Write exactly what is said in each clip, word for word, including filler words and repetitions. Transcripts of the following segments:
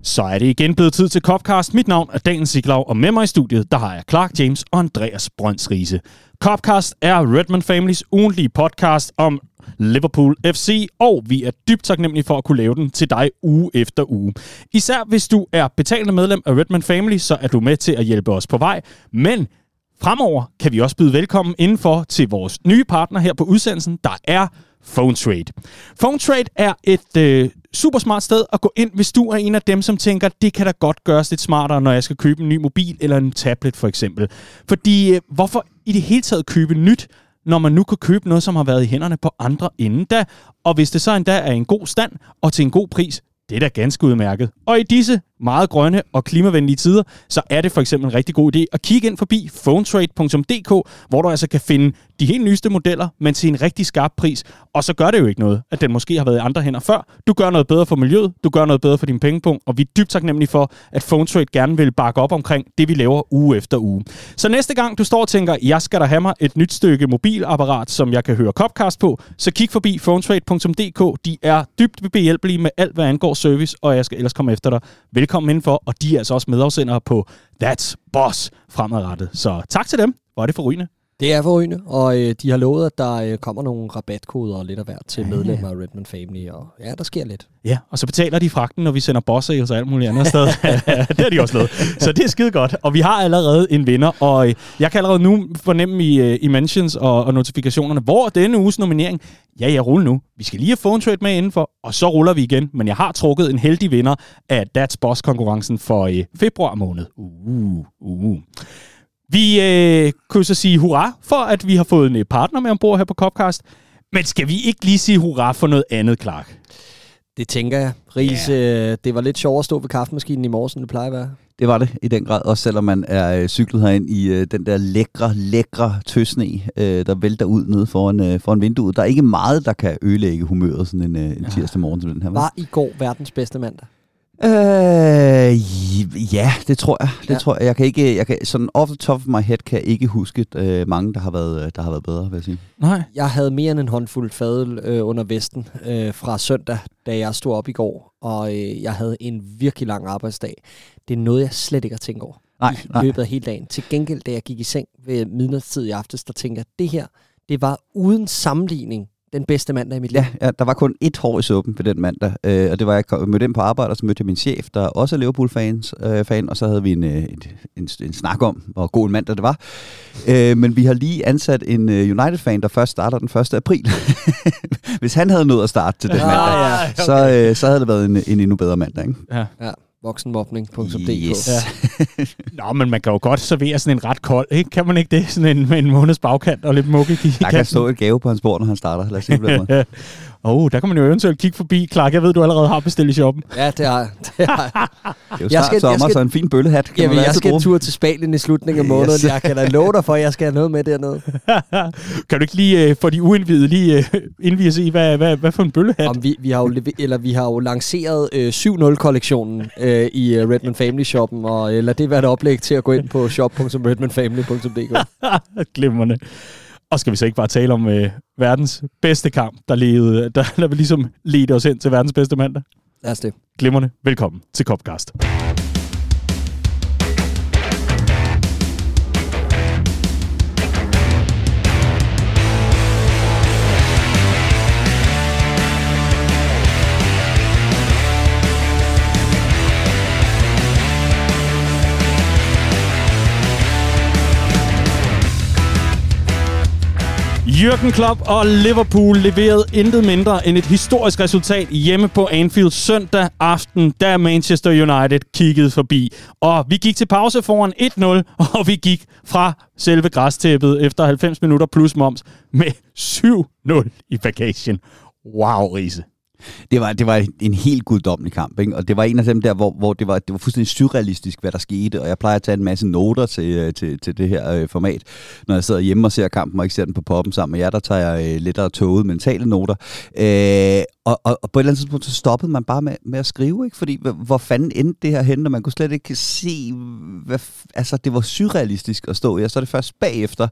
Så er det igen blevet tid til Copcast. Mit navn er Daniel Siglau, og med mig i studiet, der har jeg Clark James og Andreas Brønds Riise. Copcast er Redman Families ugentlige podcast om Liverpool F C, og vi er dybt taknemmelige for at kunne lave den til dig uge efter uge. Især hvis du er betalende medlem af Redman Family, så er du med til at hjælpe os på vej. Men fremover kan vi også byde velkommen indenfor til vores nye partner her på udsendelsen, der er PhoneTrade. PhoneTrade er et øh, super smart sted at gå ind, hvis du er en af dem, som tænker, det kan da godt gøres lidt smartere, når jeg skal købe en ny mobil eller en tablet for eksempel. Fordi øh, hvorfor i det hele taget købe nyt, når man nu kan købe noget, som har været i hænderne på andre inden da, og hvis det så endda er en god stand og til en god pris, det er da ganske udmærket. Og i disse meget grønne og klimavenlige tider, så er det for eksempel en rigtig god idé at kigge ind forbi phonetrade punktum d k, hvor du altså kan finde de helt nyeste modeller, men til en rigtig skarp pris. Og så gør det jo ikke noget, at den måske har været i andre hænder før. Du gør noget bedre for miljøet, du gør noget bedre for din pengepunkt, og vi er dybt taknemmelige for, at PhoneTrade gerne vil bakke op omkring det, vi laver uge efter uge. Så næste gang du står og tænker, jeg skal da have mig et nyt stykke mobilapparat, som jeg kan høre Copcast på, så kig forbi phonetrade punktum d k. De er dybt behjælpelige med alt, hvad angår service, og jeg skal ellers komme efter dig. Velkommen indenfor, og de er altså også medafsendere på That's Boss fremadrettet. Så tak til dem. Hvor er det forrygende? Det er forrygende, og øh, de har lovet, at der øh, kommer nogle rabatkoder og lidt af hvert til medlemmer af Redman Family, og ja, der sker lidt. Ja, og så betaler de fragten, når vi sender boss-sales og alt muligt andet sted. Det har de også lavet. Så det er skide godt, og vi har allerede en vinder, og øh, jeg kan allerede nu fornemme i, øh, i mentions og, og notifikationerne, hvor denne uges nominering, ja, jeg ruller nu. Vi skal lige have PhoneTrade med indenfor, og så ruller vi igen, men jeg har trukket en heldig vinder af That's Boss-konkurrencen for øh, februar måned. Uh, uh. Vi øh, kunne så sige hurra for, at vi har fået en partner med ombord her på Copcast. Men skal vi ikke lige sige hurra for noget andet, Clark? Det tænker jeg. Riise, yeah. Det var lidt sjovere at stå ved kaffemaskinen i morges, end det plejer at være. Det var det i den grad, også selvom man er øh, cyklet herind i øh, den der lækre, lækre tøsne, øh, der vælter ud nede foran, øh, foran vinduet. Der er ikke meget, der kan ødelægge humøret sådan en, øh, en tirsdag morgen som den her. Var i går verdens bedste mandag? Øh, ja, det tror jeg. Det ja. tror jeg. Jeg kan ikke, jeg kan sådan off the top of my head kan jeg ikke huske øh, mange der har været der har været bedre, vil jeg sige. Nej. Jeg havde mere end en håndfuld fadøl øh, under vesten øh, fra søndag, da jeg stod op i går, og øh, jeg havde en virkelig lang arbejdsdag. Det er noget jeg slet ikke har tænkt over nej, i nej. løbet af hele dagen. Til gengæld, da jeg gik i seng ved midnatstid i aftes, der tænkte jeg, det her, det var uden sammenligning den bedste mandag i mit liv. Ja, ja, der var kun ét hår i suppen på den mandag, øh, og det var, jeg mødte ind på arbejde, og så mødte jeg min chef, der også er Liverpool-fans, øh, fan, og så havde vi en, en, en, en snak om, hvor god en mandag det var. Øh, men vi har lige ansat en United-fan, der først starter den første april. Hvis han havde nået at starte til den mandag, ah, ja, okay. så, øh, så havde det været en, en endnu bedre mandag, ikke? Ja. Ja. voksenmobning punktum d k. Yes. Ja. Nå, men man kan jo godt servere sådan en ret kold, ikke? Kan man ikke det? Sådan en, med en måneds bagkant og lidt mugge i Der kan stå et gave på hans bord, når han starter. Lad os se på den måde. Oh, der kan man jo eventuelt kigge forbi. Clark, jeg ved, du allerede har bestilt i shoppen. Ja, det har jeg. Det, har jeg. Det er jo snart skal, sommer, skal, så en fin bøllehat. Kan jamen, man jeg skal en bruge. tur til Spanien i slutningen af måneden. Yes. Jeg kan da love dig for, at jeg skal have noget med dernede. Kan du ikke lige uh, for de uindvidede lige uh, indvide sig i, hvad, hvad, hvad for en bøllehat? Om vi, vi, har jo leve- eller vi har jo lanceret uh, syv nul-kollektionen uh, i uh, Redman Family-shoppen, og uh, lad det være et oplæg til at gå ind på shop punktum redman family punktum d k. Glimrende. Og skal vi så ikke bare tale om øh, verdens bedste kamp, der, levede, der, der vil ligesom lede os hen til verdens bedste mandag? Lad os det. Glimrende. Velkommen til Copcast. Jürgen Klopp og Liverpool leverede intet mindre end et historisk resultat hjemme på Anfield søndag aften, da Manchester United kiggede forbi. Og vi gik til pause foran et nul, og vi gik fra selve græstæppet efter halvfems minutter plus moms med syv nul i bagagen. Wow, Riise. Det var, det var en helt guddommelig kamp, ikke? Og det var en af dem der, hvor, hvor det, var, det var fuldstændig surrealistisk, hvad der skete, og jeg plejer at tage en masse noter til, til, til det her øh, format, når jeg sidder hjemme og ser kampen, og ikke ser den på poppen sammen med jer, der tager jeg øh, lettere tåget mentale noter. Øh, og, og, og på et eller andet tidspunkt, så stoppede man bare med, med at skrive, ikke? Fordi hvor fanden endte det her hen, og man kunne slet ikke se, hvad, altså det var surrealistisk at stå i, og så er det først bagefter,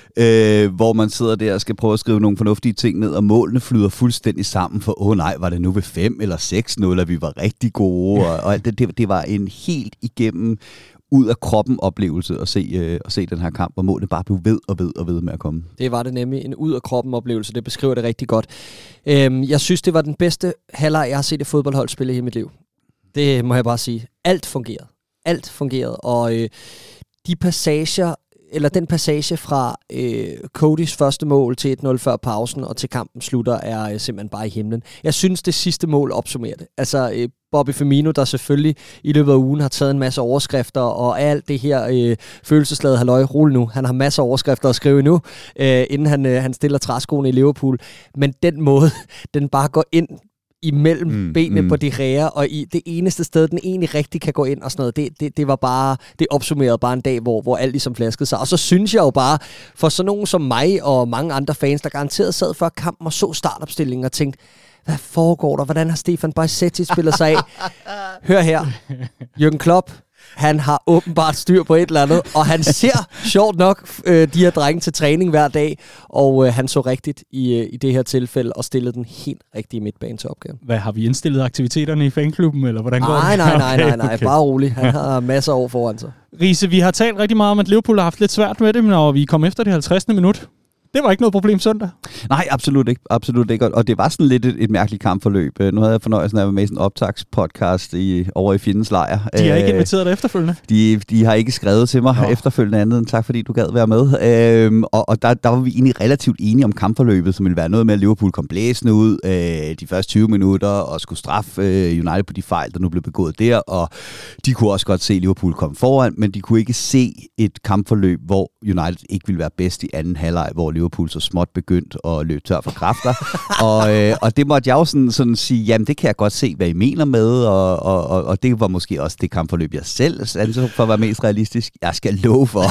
øh, hvor man sidder der og skal prøve at skrive nogle fornuftige ting ned, og målene flyder fuldstændig sammen, for åh oh, nej, var det nu ved fem eller seks nul, at vi var rigtig gode, og, og det, det, det var en helt igennem ud af kroppen oplevelse at se, øh, at se den her kamp, hvor målet bare blev ved og ved og ved med at komme. Det var det nemlig, en ud af kroppen oplevelse, det beskriver det rigtig godt. Øhm, jeg synes, det var den bedste halvleg, jeg har set et fodboldhold spille i hele mit liv. Det må jeg bare sige. Alt fungerede. Alt fungerede, og øh, de passager, eller den passage fra øh, Codys første mål til et nul før pausen og til kampen slutter, er øh, simpelthen bare i himlen. Jeg synes, det sidste mål opsummerer det. Altså, øh, Bobby Firmino, der selvfølgelig i løbet af ugen har taget en masse overskrifter, og alt det her øh, følelsesladet halløj, rulle nu. Han har masser af overskrifter at skrive nu, øh, inden han, øh, han stiller træskoene i Liverpool. Men den måde, den bare går ind imellem mm, benene mm. på de ræger, og i det eneste sted, den egentlig rigtig kan gå ind og sådan noget, det, det, det var bare, det opsummerede bare en dag, hvor, hvor alt ligesom flaskede sig. Og så synes jeg jo bare, for sådan nogen som mig og mange andre fans, der garanteret sad før kampen og så startopstillingen og tænkte, hvad foregår der? Hvordan har Stefan Bajcetic spillet sig af? Hør her. Jürgen Klopp, han har åbenbart styr på et eller andet, og han ser sjovt nok øh, de her drenge til træning hver dag, og øh, han så rigtigt i, øh, i det her tilfælde, og stillede den helt rigtige midtbane til opgaven. Hvad, har vi indstillet aktiviteterne i fanklubben, eller hvordan går nej, det? Nej, nej, nej, nej, okay. Bare rolig. Han har masser af år foran sig. Riese, vi har talt rigtig meget om, at Liverpool har haft lidt svært med det, når vi kom efter det halvtredsende minut. Det var ikke noget problem søndag. Nej, absolut ikke. Absolut ikke. Og det var sådan lidt et, et mærkeligt kampforløb. Nu havde jeg fornøjelsen af at være med i sådan en optagspodcast i, over i Fjendens Lejr. De har ikke inviteret dig efterfølgende? De, de har ikke skrevet til mig Nå. efterfølgende andet end tak, fordi du gad være med. Øhm, og og der, der var vi egentlig relativt enige om kampforløbet, som ville være noget med, at Liverpool kom blæsende ud øh, de første tyve minutter og skulle straffe øh, United på de fejl, der nu blev begået der. Og de kunne også godt se, at Liverpool kom foran, men de kunne ikke se et kampforløb, hvor United ikke ville være bedst i anden halvleg, hvor Liverpool så småt begyndt at løbe tør for kræfter. og, øh, og det måtte jeg jo sådan, sådan sige, jamen det kan jeg godt se, hvad I mener med, og, og, og, og det var måske også det kampforløb, jeg selv anså for at være mest realistisk. Jeg skal love for.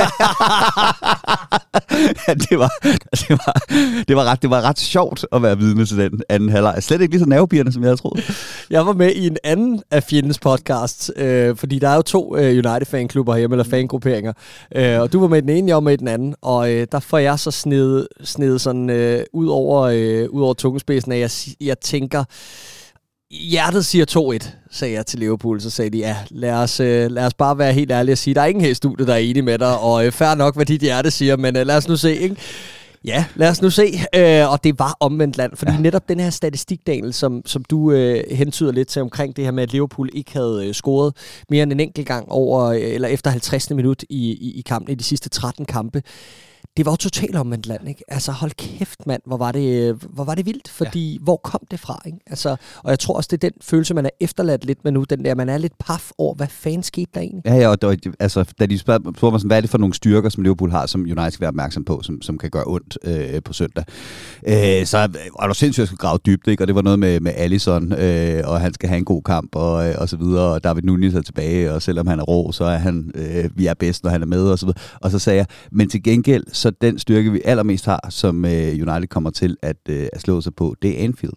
ja, det, var, det, var, det, var ret, det var ret sjovt at være vidne til den anden halvleg. Slet ikke lige så nervepirrende, som jeg havde troet. Jeg var med i en anden af Fjendens podcasts, øh, fordi der er jo to øh, United-fanklubber hjemme, eller fangrupperinger, øh, og du var med i den ene, jeg var med i den anden, og øh, der får jeg så sned, sned sådan øh, ud over, øh, ud over tungespidsen, at jeg, jeg tænker, hjertet siger to et, sagde jeg til Liverpool. Så sagde de, ja, lad os, øh, lad os bare være helt ærlige og sige, der er ingen her i studiet, der er enig med dig, og øh, fair nok, hvad dit hjerte siger, men øh, lad os nu se, ikke? Ja, lad os nu se. Øh, og det var omvendt land, fordi ja. netop den her statistik, Daniel, som, som du øh, hentyder lidt til omkring det her med, at Liverpool ikke havde øh, scoret mere end en enkelt gang over, øh, eller efter halvtredsende minut i, i, i kampen, i de sidste tretten kampe. Det var jo totalt omvendt land, ikke? Altså, hold kæft, mand, hvor var det, hvor var det vildt, fordi ja. hvor kom det fra, ikke? Altså, og jeg tror også, det er den følelse, man er efterladt lidt med nu, den der, man er lidt paf over, hvad fanden skete der egentlig? Ja, ja, og der, altså, da de spørger mig sådan, hvad er det for nogle styrker, som Liverpool har, som United skal være opmærksom på, som, som kan gøre ondt øh, på søndag, øh, så var der sindssygt, at jeg skulle grave dybt, ikke? Og det var noget med, med Alisson, øh, og han skal have en god kamp, og, og så videre, og David Nunez er tilbage, og selvom han er rå, så er han, øh, vi er bedst, når han er med, og så videre. Og så sagde jeg, men til gengæld, så den styrke, vi allermest har, som øh, United kommer til at, øh, at slå sig på, det er Anfield.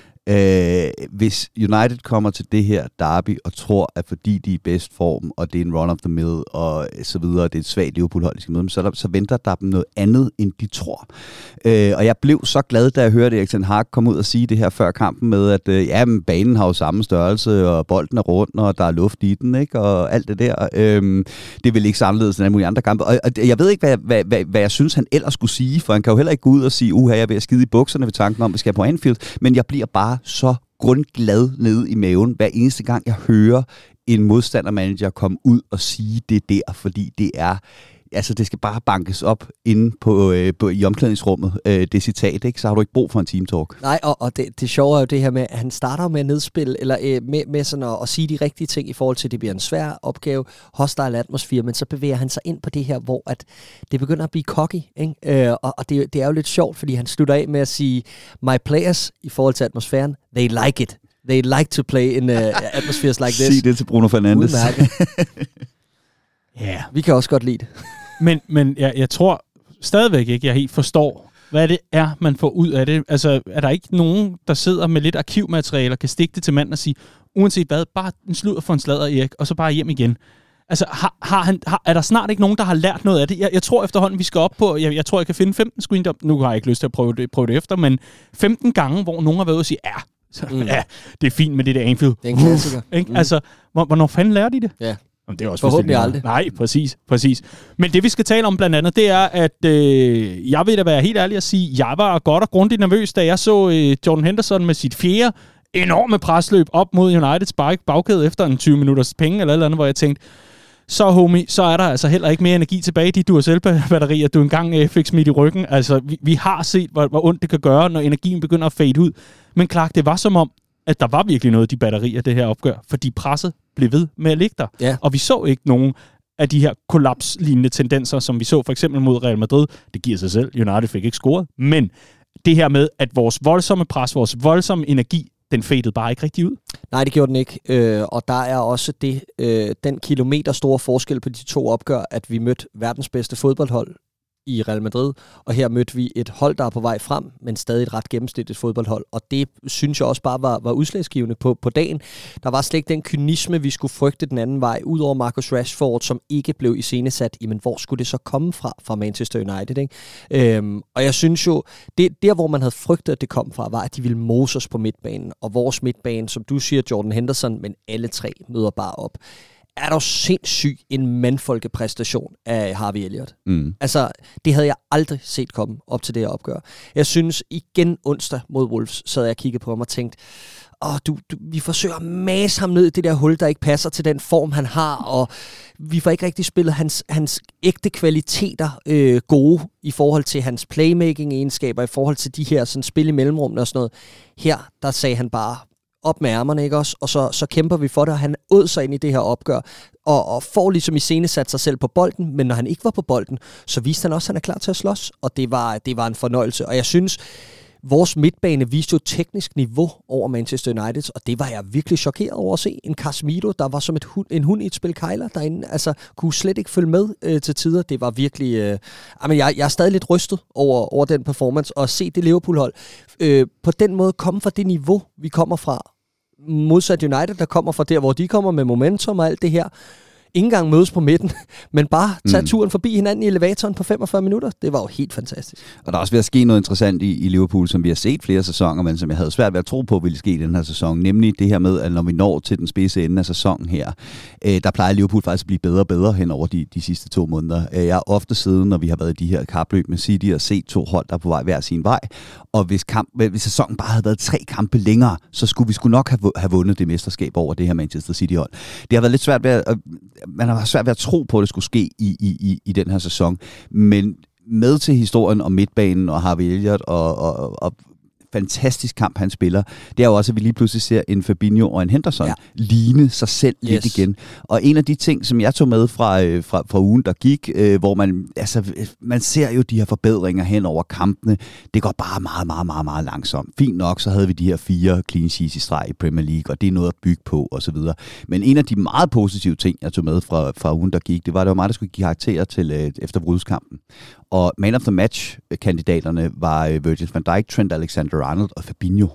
Øh, hvis United kommer til det her derby og tror, at fordi de er i bedst form, og det er en run of the mill, og så videre, det er et svagt Liverpool-hold, de skal møde dem, så, der, så venter der dem noget andet, end de tror. Øh, og jeg blev så glad, da jeg hørte Erik ten Hag komme ud og sige det her før kampen med, at øh, ja, men banen har jo samme størrelse, og bolden er rundt, og der er luft i den, ikke? Og alt det der. Øh, det vil ikke så anderledes end alle mulige andre kampe. Og, og jeg ved ikke, hvad, hvad, hvad, hvad jeg synes, han ellers skulle sige, for han kan jo heller ikke gå ud og sige, uha, jeg er ved at skide i bukserne ved tanken om, at vi skal på Anfield, men jeg bliver bare så grundglad nede i maven, hver eneste gang jeg hører en modstandermanager komme ud og sige det der, fordi det er, altså det skal bare bankes op inde på, øh, på i omklædningsrummet, øh, det citat, ikke? Så har du ikke brug for en team talk. Nej, og, og det, det sjove er jo det her med, at han starter med at nedspille, eller øh, med, med sådan at, at sige de rigtige ting i forhold til, at det bliver en svær opgave, hostile atmosfære, men så bevæger han sig ind på det her, hvor at det begynder at blive cocky, ikke? Øh, og og det, det er jo lidt sjovt, fordi han slutter af med at sige, my players, i forhold til atmosfæren, they like it. They like to play in uh, atmospheres like this. Sig det til Bruno Fernandes. Ja, yeah. Vi kan også godt lide det. Men, men jeg, jeg tror stadigvæk ikke, jeg helt forstår hvad det er, man får ud af det. Altså, er der ikke nogen, der sidder med lidt arkivmateriale og kan stikke det til manden og sige, uanset hvad, bare en sludder for en sladder, Erik, og så bare hjem igen. Altså, har, har han, har, er der snart ikke nogen, der har lært noget af det? Jeg, jeg tror efterhånden, vi skal op på, jeg, jeg tror, jeg kan finde femten screendop. Nu har jeg ikke lyst til at prøve det, prøve det efter, men femten gange, hvor nogen har været ude og sige, ja, så, mm. ja, det er fint med det der Anfield. Det er en klassiker. Uh, mm. Altså, hvornår fanden lærer de det? Ja. Jamen, det er også forhåbentlig aldrig. Nej, præcis, præcis. Men det, vi skal tale om blandt andet, det er, at øh, jeg vil da være helt ærlig at sige, jeg var godt og grundigt nervøs, da jeg så øh, Jordan Henderson med sit fjerde enorme presløb op mod Uniteds bagkæde efter en tyve minutters penge eller eller andet, hvor jeg tænkte, så homie, så er der altså heller ikke mere energi tilbage i de Duracell-batterier, du engang øh, fik smidt i ryggen. Altså, vi, vi har set, hvor, hvor ondt det kan gøre, når energien begynder at fade ud. Men klart, det var som om, at der var virkelig noget af de batterier, det her opgør, fordi presset blev ved med at ligge der. Ja. Og vi så ikke nogen af de her kollapslignende tendenser, som vi så for eksempel mod Real Madrid. Det giver sig selv. United fik ikke scoret. Men det her med, at vores voldsomme pres, vores voldsomme energi, den fadede bare ikke rigtig ud. Nej, det gjorde den ikke. Øh, og der er også det, øh, den kilometer store forskel på de to opgør, at vi mødte verdens bedste fodboldhold i Real Madrid, og her mødte vi et hold, der er på vej frem, men stadig et ret gennemsnitligt fodboldhold, og det synes jeg også bare var, var udslagsgivende på, på dagen. Der var slet ikke den kynisme, vi skulle frygte den anden vej, udover Marcus Rashford, som ikke blev iscenesat. Jamen, hvor skulle det så komme fra, fra Manchester United, ikke? Øhm, og jeg synes jo, det, der hvor man havde frygtet, at det kom fra, var, at de ville mose os på midtbanen, og vores midtbane, som du siger, Jordan Henderson, men alle tre møder bare op. Er der sindssygt en mandfolkepræstation af Harvey Elliott. Mm. Altså, det havde jeg aldrig set komme op til det her opgør. Jeg synes, igen onsdag mod Wolves, så havde jeg kigget på ham og tænkt, åh, du, du, vi forsøger at mase ham ned i det der hul, der ikke passer til den form, han har, og vi får ikke rigtig spillet hans, hans ægte kvaliteter øh, gode i forhold til hans playmaking-egenskaber, i forhold til de her sådan, spil i mellemrummene og sådan noget. Her, der sagde han bare, op med ærmerne, ikke også? Og så, så kæmper vi for det, og han åd sig ind i det her opgør, og, og får ligesom i scene sat sig selv på bolden, men når han ikke var på bolden, så viste han også, at han er klar til at slås, og det var, det var en fornøjelse. Og jeg synes, vores midtbane viste jo teknisk niveau over Manchester United, og det var jeg virkelig chokeret over at se. En Casemiro, der var som et hund, en hund i et spil kejler derinde, altså kunne slet ikke følge med øh, til tider. Det var virkelig... Øh, jamen, jeg, jeg er stadig lidt rystet over, over den performance, og at se det Liverpool-hold øh, på den måde komme fra det niveau, vi kommer fra, modsat United, der kommer fra der, hvor de kommer med momentum og alt det her. Ingen gang mødes på midten, men bare tage mm. turen forbi hinanden i elevatoren på femogfyrre minutter. Det var jo helt fantastisk. Og der er også ved at ske noget interessant i, i Liverpool, som vi har set flere sæsoner, men som jeg havde svært ved at tro på, ville ske i den her sæson. Nemlig det her med, at når vi når til den spidse ende af sæsonen her, øh, der plejer Liverpool faktisk at blive bedre og bedre hen over de, de sidste to måneder. Jeg har ofte siddet, når vi har været i de her kapløb med City, og set to hold, der er på vej hver sin vej. Og hvis, kamp, hvis sæsonen bare havde været tre kampe længere, så skulle vi skulle nok have, have vundet det mesterskab over det her Manchester City-hold. Det har været lidt svært ved at, man har svært ved at tro på, at det skulle ske i, i, i, i den her sæson. Men med til historien om midtbanen og Harvey Elliott og, og, og fantastisk kamp, han spiller, det er jo også, at vi lige pludselig ser en Fabinho og en Henderson ja. ligne sig selv yes. lidt igen. Og en af de ting, som jeg tog med fra, øh, fra, fra ugen, der gik, øh, hvor man, altså, man ser jo de her forbedringer hen over kampene, det går bare meget, meget, meget, meget langsomt. Fint nok, så havde vi de her fire clean sheets i streg i Premier League, og det er noget at bygge på, og så videre. Men en af de meget positive ting, jeg tog med fra, fra ugen, der gik, det var, det var mig, der skulle give karakterer til øh, efter Wolves-kampen. Og man of the match-kandidaterne var øh, Virgil van Dijk, Trent Alexander-Arnold og Fabinho.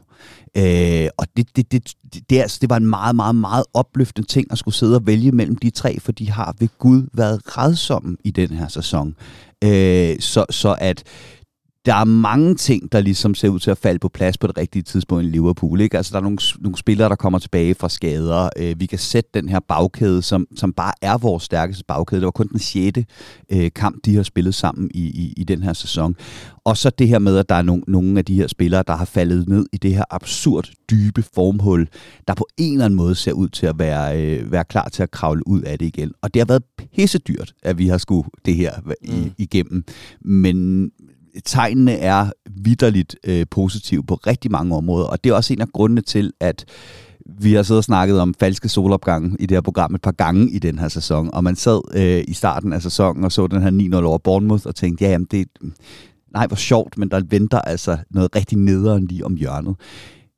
Øh, og det, det, det, det, altså, det var en meget, meget, meget opløftende ting at skulle sidde og vælge mellem de tre, for de har ved Gud været rædsomme i den her sæson. Øh, så, så at der er mange ting, der ligesom ser ud til at falde på plads på det rigtige tidspunkt i Liverpool. Ikke? Altså, der er nogle, nogle spillere, der kommer tilbage fra skader. Øh, vi kan sætte den her bagkæde, som, som bare er vores stærkeste bagkæde. Det var kun den sjette øh, kamp, de har spillet sammen i, i, i den her sæson. Og så det her med, at der er nogle, nogle af de her spillere, der har faldet ned i det her absurd dybe formhul, der på en eller anden måde ser ud til at være, øh, være klar til at kravle ud af det igen. Og det har været pissedyrt, at vi har skulle det her i, mm. igennem. Men tegnene er vitterligt øh, positive på rigtig mange områder, og det er også en af grundene til, at vi har siddet og snakket om falske solopgange i det her program et par gange i den her sæson, og man sad øh, i starten af sæsonen og så den her ni nul over Bournemouth og tænkte, ja, jamen det nej, hvor sjovt, men der venter altså noget rigtig nederen lige om hjørnet.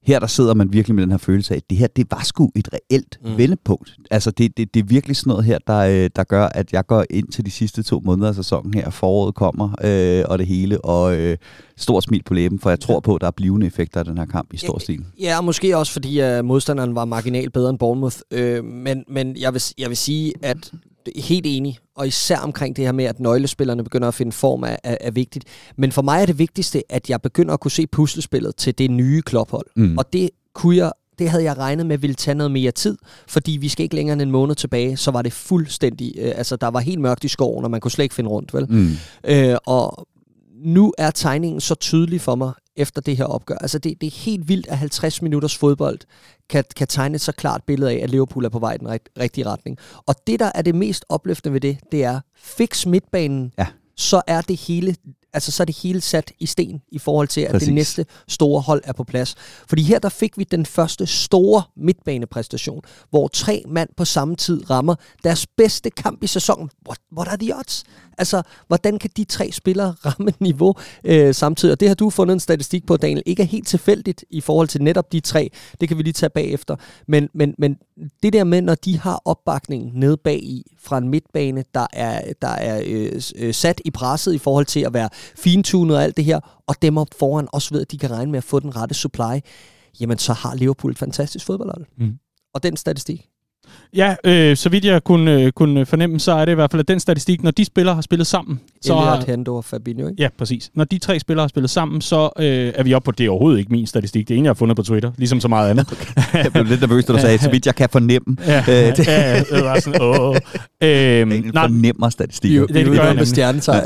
her der sidder man virkelig med den her følelse af, at det her, det var sgu et reelt mm. vendepunkt. Altså det, det, det er virkelig sådan noget her, der, der gør, at jeg går ind til de sidste to måneder af sæsonen her, foråret kommer, øh, og det hele, og øh, stort smil på læben, for jeg tror på, at der er blivende effekter af den her kamp i stor stil. Ja, måske også fordi uh, modstanderen var marginalt bedre end Bournemouth, øh, men, men jeg, vil, jeg vil sige, at helt enig, og især omkring det her med, at nøglespillerne begynder at finde form er, er, er vigtigt. Men for mig er det vigtigste, at jeg begynder at kunne se puslespillet til det nye Klopp-hold. Mm. Og det kunne jeg, det havde jeg regnet med ville tage noget mere tid, fordi vi skal ikke længere end en måned tilbage, så var det fuldstændig, øh, altså der var helt mørkt i skoven, og man kunne slet ikke finde rundt, vel? Mm. Øh, og nu er tegningen så tydelig for mig, efter det her opgør. Altså det, det er helt vildt, at halvtreds minutters fodbold kan, kan tegne et så klart billede af, at Liverpool er på vej i den rigt, rigtige retning. Og det, der er det mest opløftende ved det, det er, fix midtbanen, ja. så er det hele... Altså, så er det hele sat i sten i forhold til, at Præcis. det næste store hold er på plads. Fordi her, der fik vi den første store midtbanepræstation, hvor tre mand på samme tid rammer deres bedste kamp i sæsonen. What, what are the odds? Altså, hvordan kan de tre spillere ramme niveau øh, samtidig? Og det har du fundet en statistik på, Daniel. Ikke er helt tilfældigt i forhold til netop de tre. Det kan vi lige tage bagefter. Men, men, men det der med, når de har opbakningen nede bag i fra en midtbane, der er, der er øh, øh, sat i presset i forhold til at være fintunet og alt det her, og dem op foran også ved, at de kan regne med at få den rette supply, jamen så har Liverpool et fantastisk fodboldhold. Mm. Og den statistik. Ja, øh, så vidt jeg kunne, øh, kunne fornemme, så er det i hvert fald, at den statistik, når de spillere har spillet sammen... så Elliot, Hendo og Fabinho, ikke? Ja, præcis. Når de tre spillere har spillet sammen, så øh, er vi oppe på, det er overhovedet ikke min statistik. Det er en, jeg har fundet på Twitter, ligesom så meget andet. Okay. Jeg blev lidt nervøs, da du sagde, så vidt jeg kan fornemme. Ja, ja, ja, det var sådan, åh. Øhm, en fornemmer statistik. Det, det, det gør jeg med stjernetegn.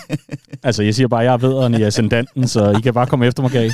Altså, jeg siger bare, jeg er vederen i ascendanten, så I kan bare komme efter mig, Gage.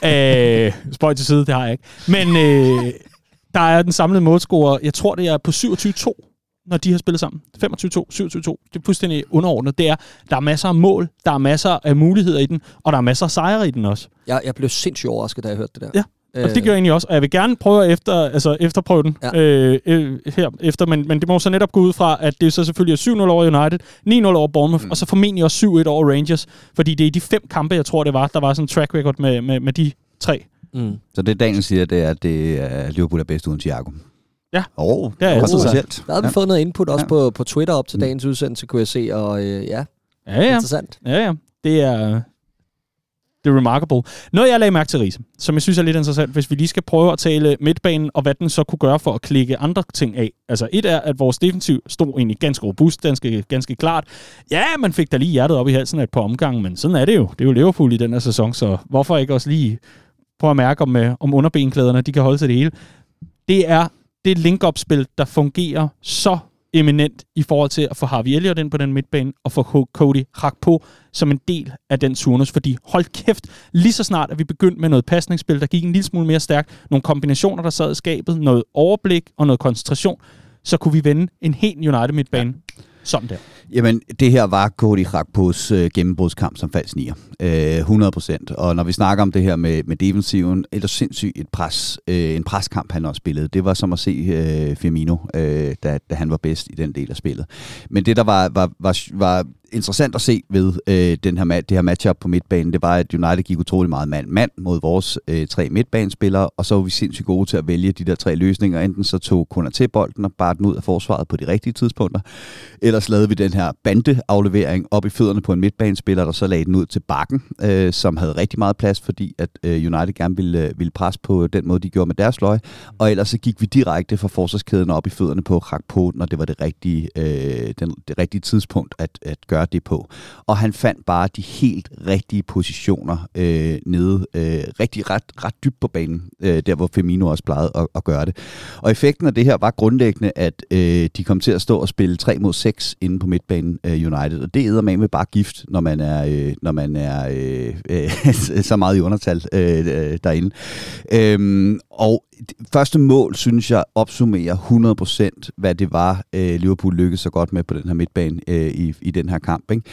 Øh, spøj til side, det har jeg ikke. Men... Øh, der er den samlede målscore, jeg tror, det er på syvogtyve to, når de har spillet sammen. femogtyve to, syvogtyve to. Det er fuldstændig underordnet. Det er, der er masser af mål, der er masser af muligheder i den, og der er masser af sejre i den også. Jeg, jeg blev sindssygt overrasket, da jeg hørte det der. Ja, og det gør jeg egentlig også. Og jeg vil gerne prøve at efter, altså efterprøve den ja. øh, øh, her efter, men, men det må så netop gå ud fra, at det så selvfølgelig er syv nul over United, ni nul over Bournemouth, mm. og så formentlig også syv et over Rangers, fordi det er i de fem kampe, jeg tror, det var, der var sådan en track record med, med, med de tre. Mm. Så det Daniel siger, det er, at det er Liverpool er bedst uden Thiago. Ja, oh, det er kontroversielt. Der har vi ja. fået noget input også ja. på, på Twitter op til dagens mm. udsendelse, kunne jeg se, og øh, ja, ja, ja, interessant. Ja, ja, det er, det er remarkable. Noget, jeg lagde mærke til, Riese, som jeg synes er lidt interessant, hvis vi lige skal prøve at tale midtbanen, og hvad den så kunne gøre for at klikke andre ting af. Altså, et er, at vores defensiv stod egentlig ganske robust, ganske, ganske klart. Ja, man fik da lige hjertet op i halsen af et par omgange, men sådan er det jo. Det er jo Liverpool i den her sæson, så hvorfor ikke også lige prøve at mærke, om, om underbenklæderne de kan holde til det hele. Det er det link-up-spil, der fungerer så eminent i forhold til at få Harvey Elliott ind på den midtbane, og få Cody Gakpo som en del af den turnus, fordi hold kæft, lige så snart at vi begyndte med noget pasningsspil, der gik en lille smule mere stærkt, nogle kombinationer, der sad i skabet, noget overblik og noget koncentration, så kunne vi vende en helt United-midtbane. Ja. Som der. Jamen, det her var Cody Gakpos øh, gennembrudskamp som falsk nier. Øh, hundrede procent. Og når vi snakker om det her med, med defensiven, er det sindssygt et pres, øh, en preskamp, han også spillede. Det var som at se øh, Firmino, øh, da, da han var bedst i den del af spillet. Men det, der var, var, var, var interessant at se ved øh, den her, det her matchup på midtbanen, det var, at United gik utrolig meget mand-mand mod vores øh, tre midtbanespillere, og så var vi sindssygt gode til at vælge de der tre løsninger. Enten så tog Konaté bolden og bar den ud af forsvaret på de rigtige tidspunkter, ellers lavede vi den her bandeaflevering op i fødderne på en midtbanespiller, der så lagde den ud til bakken, øh, som havde rigtig meget plads, fordi at øh, United gerne ville, ville presse på den måde, de gjorde med deres løg, og ellers så gik vi direkte fra forsvarskæden op i fødderne på Gakpo, når det var det rigtige, øh, den, det rigtige tidspunkt at, at gøre det på. Og han fandt bare de helt rigtige positioner øh, nede, øh, rigtig ret, ret dybt på banen, øh, der hvor Firmino også plejede at, at gøre det. Og effekten af det her var grundlæggende, at øh, de kom til at stå og spille tre mod seks inde på midtbanen øh, United, og det æder man med bare gift, når man er, øh, når man er øh, øh, så meget i undertal øh, derinde. Øhm, og første mål, synes jeg, opsummerer hundrede procent, hvad det var, øh, Liverpool lykkedes så godt med på den her midtbane øh, i, i den her kamp. Ikke?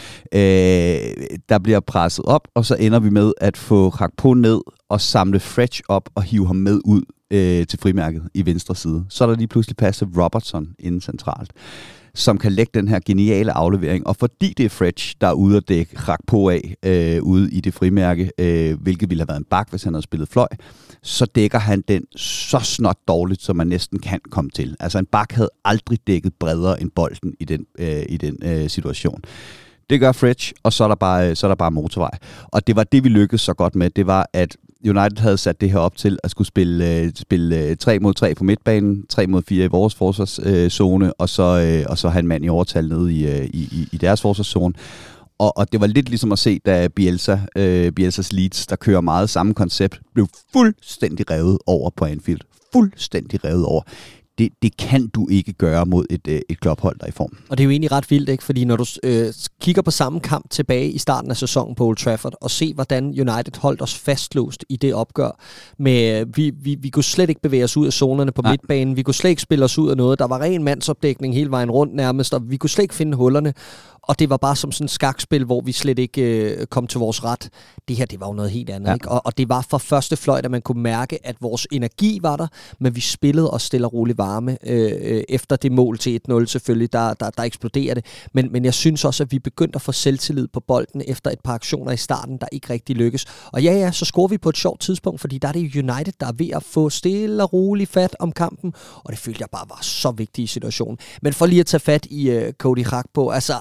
Øh, der bliver presset op, og så ender vi med at få Gakpo ned og samle Fred op og hive ham med ud øh, til frimærket i venstre side. Så er der lige pludselig passet Robertson inden centralt. som kan lægge den her geniale aflevering. Og fordi det er Fretch, der er ude at dække Gakpo af øh, ude i det frimærke, øh, hvilket ville have været en bak, hvis han havde spillet fløj, så dækker han den så snot dårligt, som man næsten kan komme til. Altså en bak havde aldrig dækket bredere end bolden i den, øh, i den øh, situation. Det gør Fretch, og så er, der bare, så er der bare motorvej. Og det var det, vi lykkedes så godt med. Det var, at United havde sat det her op til at skulle spille, øh, spille tre mod tre på midtbanen, tre mod fire i vores forsvarszone, øh, og, så, øh, og så have en mand i overtal nede i, øh, i, i deres forsvarszone. Og, og det var lidt ligesom at se, da Bielsa, øh, Bielsas Leeds, der kører meget samme koncept, blev fuldstændig revet over på Anfield. Fuldstændig revet over. Det, det kan du ikke gøre mod et, et klubhold, der er i form. Og det er jo egentlig ret vildt, ikke? Fordi når du øh, kigger på samme kamp tilbage i starten af sæsonen på Old Trafford, og se, hvordan United holdt os fastlåst i det opgør, med vi, vi, vi kunne slet ikke bevæge os ud af zonerne på Nej. midtbanen, vi kunne slet ikke spille os ud af noget, der var ren mandsopdækning hele vejen rundt nærmest, og vi kunne slet ikke finde hullerne, og det var bare som sådan et skakspil, hvor vi slet ikke øh, kom til vores ret. Det her, det var jo noget helt andet, ja. ikke? Og, og det var for første fløjt, at man kunne mærke, at vores energi var der, men vi spillede os stille og roligt varme øh, efter det mål til et nul selvfølgelig, der, der, der eksploderer det. Men, men jeg synes også, at vi begyndte at få selvtillid på bolden efter et par aktioner i starten, der ikke rigtig lykkes. Og ja, ja, så scorer vi på et sjovt tidspunkt, fordi der er det United, der er ved at få stille og roligt fat om kampen, og det følte jeg bare var så vigtig i situationen. Men for lige at tage fat i øh, Cody Gakpo, altså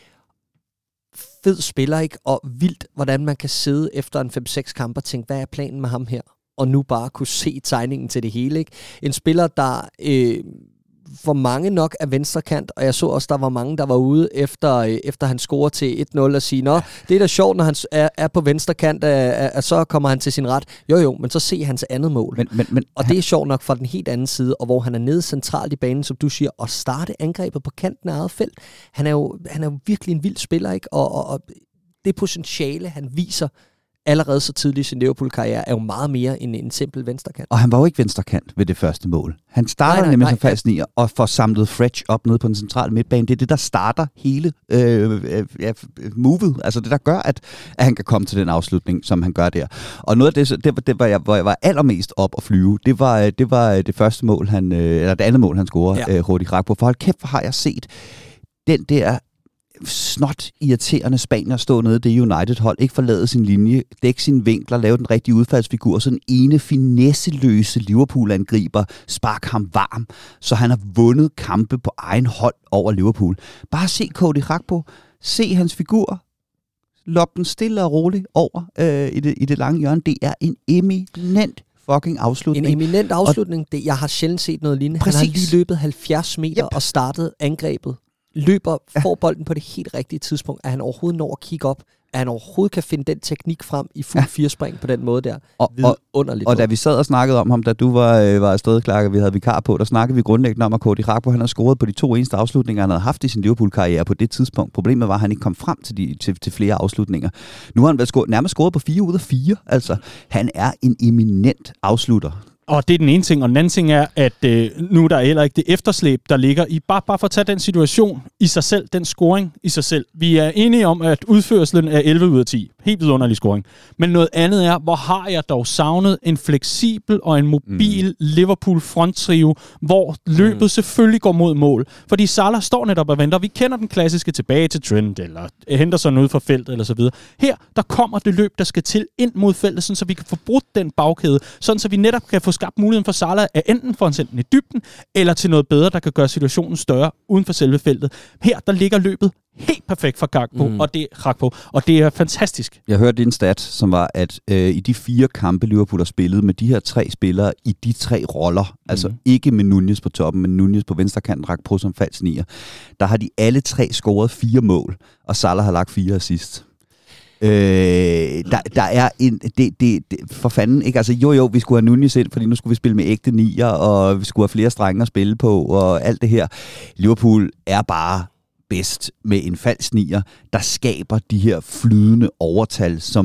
fed spiller, ikke? Og vildt, hvordan man kan sidde efter en fem seks kampe og tænke, hvad er planen med ham her? Og nu bare kunne se tegningen til det hele, ikke? En spiller, der øh, for mange nok er venstrekant, og jeg så også, der var mange, der var ude efter, øh, efter han scorer til et nul og sige, nå, det er da sjovt, når han er, er på venstrekant, at, at så kommer han til sin ret. Jo jo, men så se hans andet mål. Men, men, men, og det er sjovt nok fra den helt anden side, og hvor han er nede centralt i banen, som du siger, og starte angrebet på kanten af eget felt. Han er jo, han er jo virkelig en vild spiller, ikke? Og, og, og det potentiale, han viser allerede så tidligt i sin Liverpool-karriere, er jo meget mere end en simpel venstrekant. Og han var jo ikke venstrekant ved det første mål. Han starter nej, nej, nemlig nej, som falsk nier, og får samlet Fretch op nede på den centrale midtbane. Det er det, der starter hele øh, øh, movet. Altså det, der gør, at, at han kan komme til den afslutning, som han gør der. Og noget af det, det, det var jeg, hvor jeg var allermest op at flyve, det var det, var det første mål, han, eller det andet mål, han scorede, ja. øh, Cody Gakpo. For hold kæft, hvor har jeg set den der snot irriterende Spanier stå nede det United-hold, ikke forlade sin linje, dække sine vinkler, lave den rigtige udfaldsfigur, så den ene finesseløse Liverpool-angriber spark ham varm, så han har vundet kampe på egen hold over Liverpool. Bare se Cody Gakpo, se hans figur, lop den stille og roligt over øh, i, det, i det lange hjørne. Det er en eminent fucking afslutning. En eminent afslutning. Det, jeg har sjældent set noget lignende. Præcis. Han har lige løbet halvfjerds meter yep. og startet angrebet. Løber, får bolden på det helt rigtige tidspunkt, at han overhovedet når at kigge op, at han overhovedet kan finde den teknik frem i fuld ja. firespring på den måde der. Og, og, underligt og da vi sad og snakkede om ham, da du var, øh, var afsted, Clark, og vi havde vikar på, der snakkede vi grundlæggende om, at Cody Gakpo, han har scoret på de to eneste afslutninger, han havde haft i sin Liverpool-karriere på det tidspunkt. Problemet var, at han ikke kom frem til, de, til, til flere afslutninger. Nu har han været scoret, nærmest scoret på fire ud af fire. Altså, han er en eminent afslutter. Og det er den ene ting, og den anden ting er, at øh, nu er der heller ikke det efterslæb, der ligger i, bare, bare for at tage den situation i sig selv, den scoring i sig selv. Vi er enige om, at udførselen er elleve ud af ti. Helt vidunderlig scoring. Men noget andet er, hvor har jeg dog savnet en fleksibel og en mobil mm. Liverpool fronttrio, hvor løbet mm. selvfølgelig går mod mål. Fordi Salah står netop og venter. Vi kender den klassiske tilbage til Trent, eller Henderson ud fra feltet, eller så videre. Her, der kommer det løb, der skal til ind mod feltet, sådan, så vi kan få brudt den bagkæde, sådan så vi netop kan få skabt muligheden for Salah at enten få en sendt i dybden, eller til noget bedre, der kan gøre situationen større uden for selve feltet. Her, der ligger løbet helt perfekt for Gakpo, mm. og det er Gakpo, og det er fantastisk. Jeg hørte din stat, som var, at øh, i de fire kampe, Liverpool har spillet med de her tre spillere i de tre roller, mm. altså ikke med Nunez på toppen, men Nunez på venstrekanten, Gakpo som falsk nier, der har de alle tre scoret fire mål, og Salah har lagt fire assist. Øh, der, der er en det, det, det, for fanden ikke, altså jo jo vi skulle have Nunez ind, fordi nu skulle vi spille med ægte nier, og vi skulle have flere strenge at spille på, og alt det her. Liverpool er bare bedst med en falsk nier, der skaber de her flydende overtal, som vi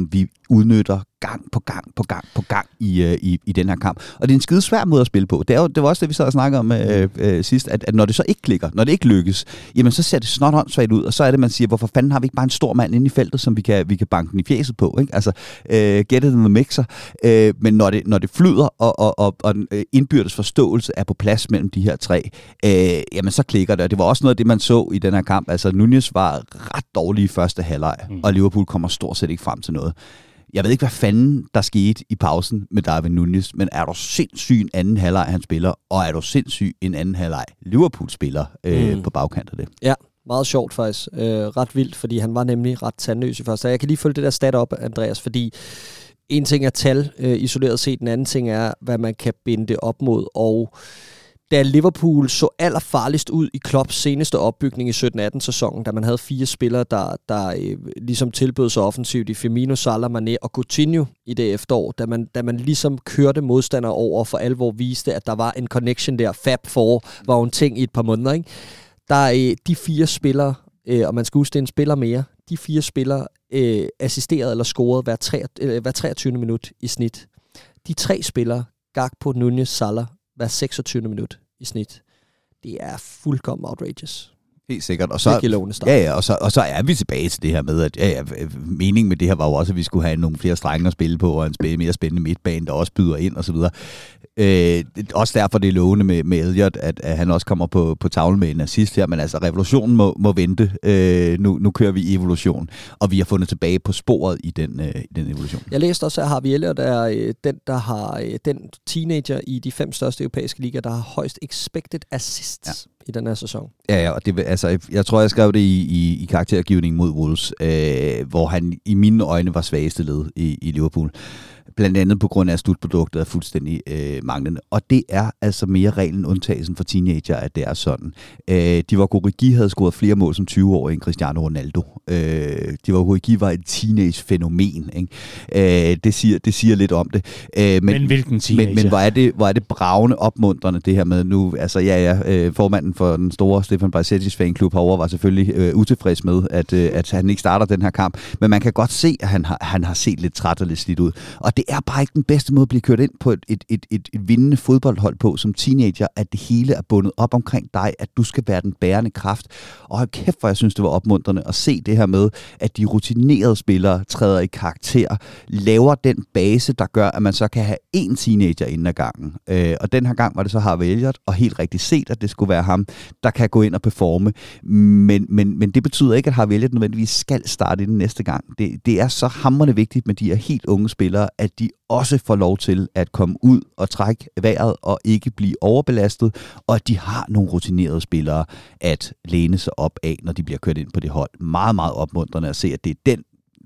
udnytter gang på gang på gang på gang i, øh, i, i den her kamp. Og det er en skide svær måde at spille på. Det, er jo, det var også det, vi sad og snakkede om øh, øh, sidst, at, at når det så ikke klikker, når det ikke lykkes, jamen så ser det snot håndsvagt ud, og så er det, man siger, hvorfor fanden har vi ikke bare en stor mand inde i feltet, som vi kan, vi kan banke den i fjeset på, ikke? Altså, øh, get it in the mixer. Øh, men når det, når det flyder, og, og, og, og indbyrdes forståelse er på plads mellem de her tre, øh, jamen så klikker det. Og det var også noget af det, man så i den her kamp. Altså, Nunez var ret dårlig i første halvleg, mm. og Liverpool kommer stort set ikke frem til noget. Jeg ved ikke, hvad fanden der skete i pausen med Darwin Nunez, men er du sindssyg en anden halvleg, han spiller, og er du sindssyg en anden halvleg, Liverpool spiller øh, mm. på bagkant af det. Ja, meget sjovt faktisk. Øh, ret vildt, fordi han var nemlig ret tandløs i første. Jeg kan lige følge det der stat op, Andreas, fordi en ting er tal øh, isoleret set, den anden ting er, hvad man kan binde det op mod, og da Liverpool så allerfarligst ud i Klopps seneste opbygning i sytten atten sæsonen, da man havde fire spillere, der, der øh, ligesom tilbød sig offensivt i Firmino, Salah, Mané og Coutinho i det efterår, da man, da man ligesom kørte modstandere over og for alvor viste, at der var en connection der. Fab Four var jo en ting i et par måneder, ikke? Der er øh, de fire spillere, øh, og man skal huske, det er en spiller mere, de fire spillere øh, assisterede eller scorede hver, tre, øh, hver treogtyvende minut i snit. De tre spillere, Gakpo, Nunez, Salah, hver seksogtyvende minut i snit. Det er fuldkommen outrageous. Helt sikkert. Og så, ja, ja, og, så, og så er vi tilbage til det her med, at ja, ja, meningen med det her var jo også, at vi skulle have nogle flere strenge at spille på, og en spil, mere spændende midtbane, der også byder ind, og så videre. Øh, også derfor det er lovende med, med Elliot, at, at han også kommer på, på tavlen med en assist her, men altså revolutionen må, må vente. Øh, nu, nu kører vi evolution, og vi har fundet tilbage på sporet i den, øh, i den evolution. Jeg læste også, at Harvey Elliott er øh, den, der har øh, den teenager i de fem største europæiske ligaer, der har højst expected assists ja. i den her sæson. Ja, ja, og det, altså, jeg tror, jeg skrev det i, i, i karaktergivningen mod Wolves, øh, hvor han i mine øjne var svageste led i, i Liverpool. Blandt andet på grund af, at slutproduktet er fuldstændig øh, manglende. Og det er altså mere reglen undtagelsen for teenager, at det er sådan. Øh, Divock Origi havde scoret flere mål som tyve-årig end Cristiano Ronaldo. Øh, Divock Origi var et teenage-fænomen. Ikke? Øh, det, siger, det siger lidt om det. Øh, men, men hvilken teenager? Men, men hvor, er det, hvor er det bravende opmuntrende, det her med nu. Altså ja, ja, øh, formanden for den store Stefan Bajsetic fanklub herovre var selvfølgelig øh, utilfreds med, at, øh, at han ikke starter den her kamp. Men man kan godt se, at han har, han har set lidt træt og lidt slidt ud. Og det er bare ikke den bedste måde at blive kørt ind på et, et, et, et, et vindende fodboldhold på som teenager, at det hele er bundet op omkring dig, at du skal være den bærende kraft. Og hold kæft, hvor jeg synes, det var opmuntrende at se det her med, at de rutinerede spillere træder i karakter, laver den base, der gør, at man så kan have én teenager inden ad gangen. Øh, og den her gang var det så Harvey Elliott, og helt rigtigt set, at det skulle være ham, der kan gå ind og performe. Men, men, men det betyder ikke, at Harvey Elliott nødvendigvis skal starte i den næste gang. Det, det er så hamrende vigtigt med de her helt unge spillere, at de også får lov til at komme ud og trække vejret og ikke blive overbelastet, og at de har nogle rutinerede spillere at læne sig op af, når de bliver kørt ind på det hold. Meget, meget opmuntrende at se, at det er den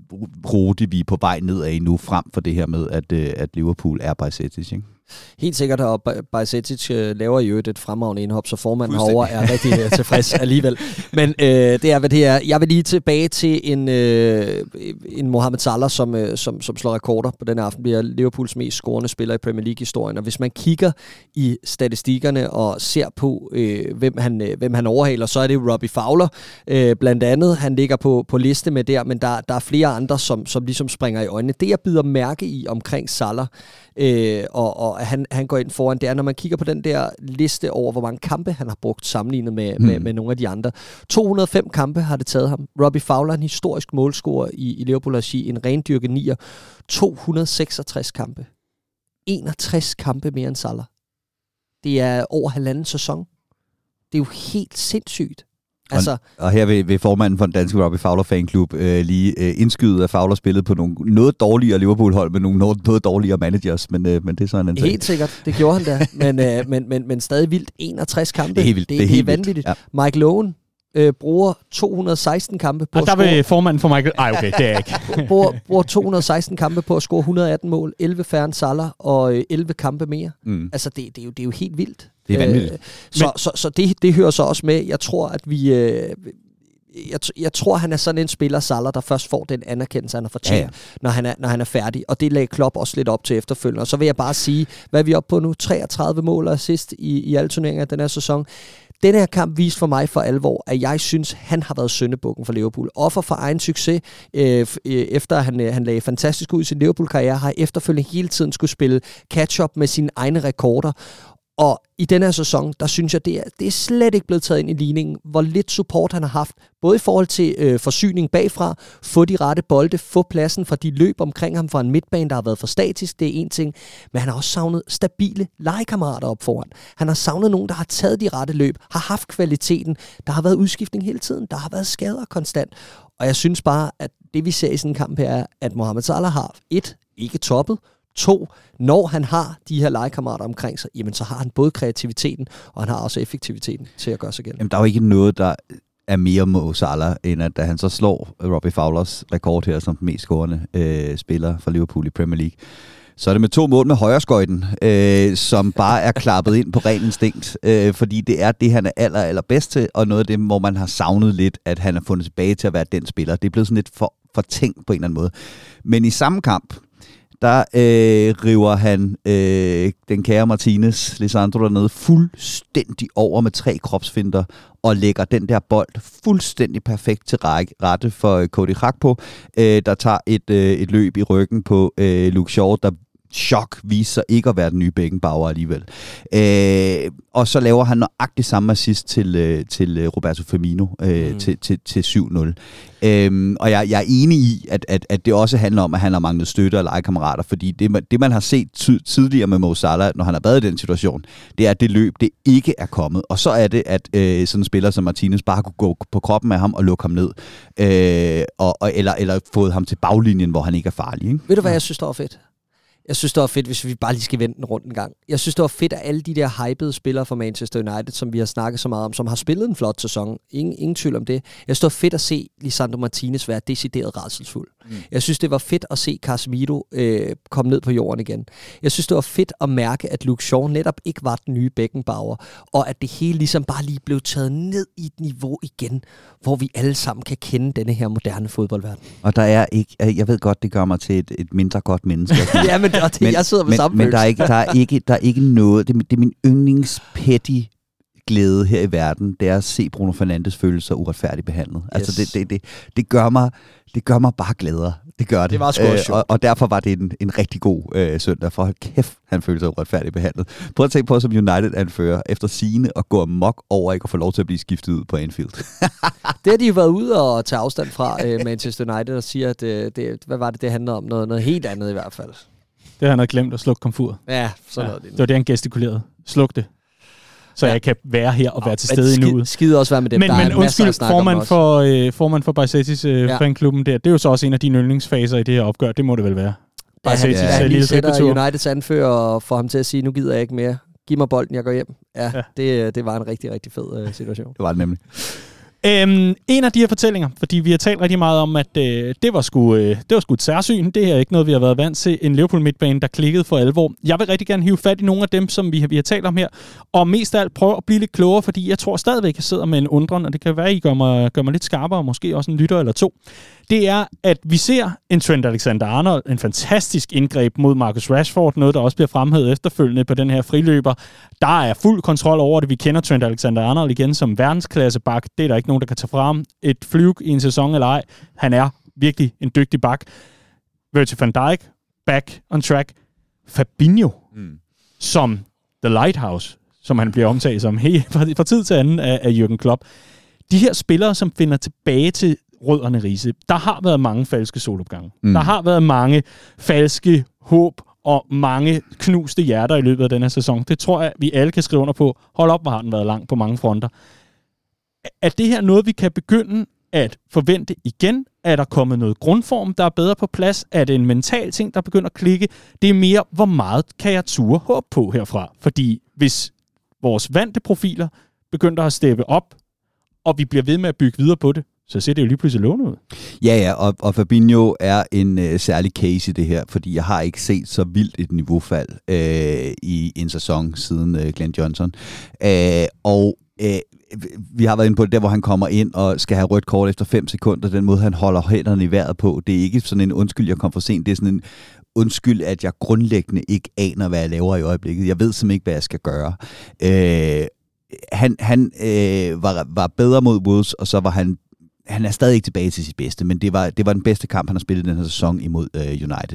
rute, vi er på vej ned af nu, frem for det her med, at, at Liverpool er Bajsetic, ikke? Helt sikkert, og Bajsetic laver jo et fremragende indhop, så formanden herovre er rigtig tilfreds alligevel. Men øh, det er, hvad det er. Jeg vil lige tilbage til en, øh, en Mohamed Salah, som, øh, som, som slår rekorder på den aften, bliver Liverpools mest scorende spiller i Premier League-historien. Og hvis man kigger i statistikkerne og ser på, øh, hvem, han, øh, hvem han overhaler, så er det Robbie Fowler. Øh, blandt andet, han ligger på, på liste med der, men der, der er flere andre, som, som ligesom springer i øjnene. Det, jeg bider mærke i omkring Salah, øh, og, og han, han går ind foran, det er, når man kigger på den der liste over, hvor mange kampe han har brugt sammenlignet med, hmm. med, med nogle af de andre. to hundrede og fem kampe har det taget ham. Robbie Fowler, en historisk målscorer i, i Liverpool-regi, en rendyrket nier. to hundrede og seksogtres kampe. enogtres kampe mere end Salah. Det er over halvanden sæson. Det er jo helt sindssygt. Altså, og, og her vil, vil formanden for den danske Robbie Fowler fanklub øh, lige øh, indskyde, at Fowler spillede på nogle noget dårligere Liverpool-hold med nogle noget, noget dårligere managers, men, øh, men det er sådan en ting. Helt sikkert, det gjorde han da, men, øh, men, men, men stadig vildt. enogtres kampe, det er, helt vildt. det, det er, det er helt vanvittigt. Ja. Mike Lowen øh, bruger to hundrede og seksten kampe på og at der score... vil formanden for Michael... Ej, okay, det er ikke. bruger, bruger to hundrede og seksten kampe på at score et hundrede og atten mål, elleve færre end Salah og øh, elleve kampe mere. Mm. Altså, det, det, er jo, det er jo helt vildt. Det er vanvittigt. Øh, så men... så, så det, det hører så også med. Jeg tror, at vi... Øh, Jeg, jeg tror, han er sådan en spiller, Salah, der først får den anerkendelse, han har fortjent, ja, ja. Når, han er, når han er færdig. Og det lagde Klopp også lidt op til efterfølgende. Og så vil jeg bare sige, hvad er vi oppe på nu? treogtredive mål og assist i, i alle turneringer den her sæson. denne her kamp viste for mig for alvor, at jeg synes, han har været syndebukken for Liverpool. Offer for egen succes, øh, efter han, øh, han lagde fantastisk ud i sin Liverpool-karriere, har efterfølgende hele tiden skulle spille catch-up med sine egne rekorder. Og i denne her sæson, der synes jeg, det er, det er slet ikke blevet taget ind i ligningen, hvor lidt support han har haft, både i forhold til øh, forsyning bagfra, få de rette bolde, få pladsen fra de løb omkring ham fra en midtbane, der har været for statisk, det er en ting, men han har også savnet stabile legekammerater op foran. Han har savnet nogen, der har taget de rette løb, har haft kvaliteten, der har været udskiftning hele tiden, der har været skader konstant. Og jeg synes bare, at det vi ser i sådan en kamp her, er, at Mohamed Salah har et, ikke toppet, to, når han har de her legekammerater omkring sig, jamen så har han både kreativiteten, og han har også effektiviteten til at gøre sig gældende. Jamen, der er jo ikke noget, der er mere Mo Salah, end at da han så slår Robbie Fowlers rekord her som den mest scorende øh, spiller for Liverpool i Premier League, så er det med to mål med højreskøjten, øh, som bare er klappet ind på ren instinkt, øh, fordi det er det, han er aller, aller bedst til, og noget af det, hvor man har savnet lidt, at han har fundet tilbage til at være den spiller. Det er blevet sådan lidt for, for tænkt på en eller anden måde. Men i samme kamp, der øh, river han øh, den kære Martinez, Lisandro dernede, fuldstændig over med tre kropsfinter, og lægger den der bold fuldstændig perfekt til række, rette for Cody Gakpo, øh, der tager et, øh, et løb i ryggen på øh, Luke Shaw, der chok viser sig ikke at være den nye Beckenbauer alligevel. Øh, og så laver han nøjagtigt samme assist til, øh, til øh, Roberto Firmino øh, mm. til, til, til syv nul. Øh, og jeg, jeg er enig i, at, at, at det også handler om, at han har manglet støtte og legekammerater, fordi det, det man har set ty- tidligere med Mo Salah, når han har været i den situation, det er, at det løb, det ikke er kommet. Og så er det, at øh, sådan en spiller som Martinez bare kunne gå på kroppen af ham og lukke ham ned. Øh, og, og, eller, eller fået ham til baglinjen, hvor han ikke er farlig. Ikke? Ved du, hvad jeg synes, der var fedt? Jeg synes, det var fedt, hvis vi bare lige skal vente den rundt en gang. Jeg synes, det var fedt, at alle de der hypede spillere fra Manchester United, som vi har snakket så meget om, som har spillet en flot sæson, ingen, ingen tvivl om det. Jeg synes, det var fedt at se Lisandro Martinez være decideret rædselsfuld. Mm. Jeg synes, det var fedt at se Casemiro øh, komme ned på jorden igen. Jeg synes, det var fedt at mærke, at Luke Shaw netop ikke var den nye Beckenbauer, og at det hele ligesom bare lige blev taget ned i et niveau igen, hvor vi alle sammen kan kende denne her moderne fodboldverden. Og der er ikke, jeg ved godt, det gør mig til et, et mindre godt menneske. Ja, men det, men, jeg sidder med men, samme men der er, ikke, der, er ikke, der er ikke noget, det, det er min yndlingspetty glæde her i verden, det er at se Bruno Fernandes føle sig uretfærdigt behandlet. Yes. Altså det, det, det, det, gør mig, det gør mig bare glæder. Det gør det. Det var sgu øh, sjovt. Og, og derfor var det en, en rigtig god øh, søndag, for hold kæft, han følte sig uretfærdigt behandlet. Prøv at tænke på som United-anfører, efter sigende og gå amok over ikke at få lov til at blive skiftet ud på Anfield. Det har de jo været ude og tage afstand fra øh, Manchester United og siger, at øh, det, hvad var det, det handlede om? Noget, noget helt andet i hvert fald. Det han havde glemt at slukke komfuret. Ja, sådan ja, noget. Det var det, han gestikulerede. Sluk det. Så ja. Jeg kan være her og være til stede skid, i nuet. Skide også være med dem, men, der men er undskyld, formand for, øh, formand for Bajsetis øh, ja. fanklubben der, det er jo så også en af dine yndlingsfaser i det her opgør. Det må det vel være. Bajsetis ja, ja, lige sætter Uniteds anfører og får ham til at sige, nu gider jeg ikke mere. Giv mig bolden, jeg går hjem. Ja, ja. Det, det var en rigtig, rigtig fed øh, situation. Det var det nemlig. Øhm, en af de her fortællinger, fordi vi har talt rigtig meget om, at øh, det var sgu øh, det var sgu et særsyn. Det er ikke noget, vi har været vant til. En Liverpool midtbane, der klikkede for alvor. Jeg vil rigtig gerne hive fat i nogle af dem, som vi har, vi har talt om her. Og mest af alt prøve at blive lidt klogere, fordi jeg tror stadigvæk, jeg sidder med en undren, og det kan være, at I gør mig, gør mig lidt skarpere, og måske også en lytter eller to. Det er, at vi ser en Trent Alexander-Arnold, en fantastisk indgreb mod Marcus Rashford, noget, der også bliver fremhævet efterfølgende på den her friløber. Der er fuld kontrol over det. Vi kender Trent Alexander-Arnold igen som verdensklassebak. Det er der ikke nogen, der kan tage frem. Et flyg i en sæson eller ej. Han er virkelig en dygtig bak. Virgil van Dijk, back on track. Fabinho, mm. som The Lighthouse, som han bliver omtalt som hey, fra tid til anden af, af Jürgen Klopp. De her spillere, som finder tilbage til rødderne, Riise. Der har været mange falske solopgange. Mm. Der har været mange falske håb og mange knuste hjerter i løbet af den her sæson. Det tror jeg, vi alle kan skrive under på. Hold op, hvor har den været lang på mange fronter. Er det her noget, vi kan begynde at forvente igen? Er der kommet noget grundform, der er bedre på plads? Er det en mental ting, der begynder at klikke? Det er mere, hvor meget kan jeg ture håb på herfra? Fordi hvis vores vante profiler begynder at steppe op, og vi bliver ved med at bygge videre på det, så ser det jo lige pludselig lovende ud. Ja, ja, og, og Fabinho er en øh, særlig case i det her, fordi jeg har ikke set så vildt et niveaufald øh, i en sæson siden øh, Glenn Johnson. Øh, og øh, vi har været inde på det der, hvor han kommer ind og skal have rødt kort efter fem sekunder. Den måde, han holder hænderne i vejret på, det er ikke sådan en undskyld, jeg kom for sent. Det er sådan en undskyld, at jeg grundlæggende ikke aner, hvad jeg laver i øjeblikket. Jeg ved simpelthen ikke, hvad jeg skal gøre. Øh, han, han øh, var, var bedre mod Wolves, og så var han han er stadig ikke tilbage til sit bedste, men det var, det var den bedste kamp, han har spillet den her sæson imod øh, United.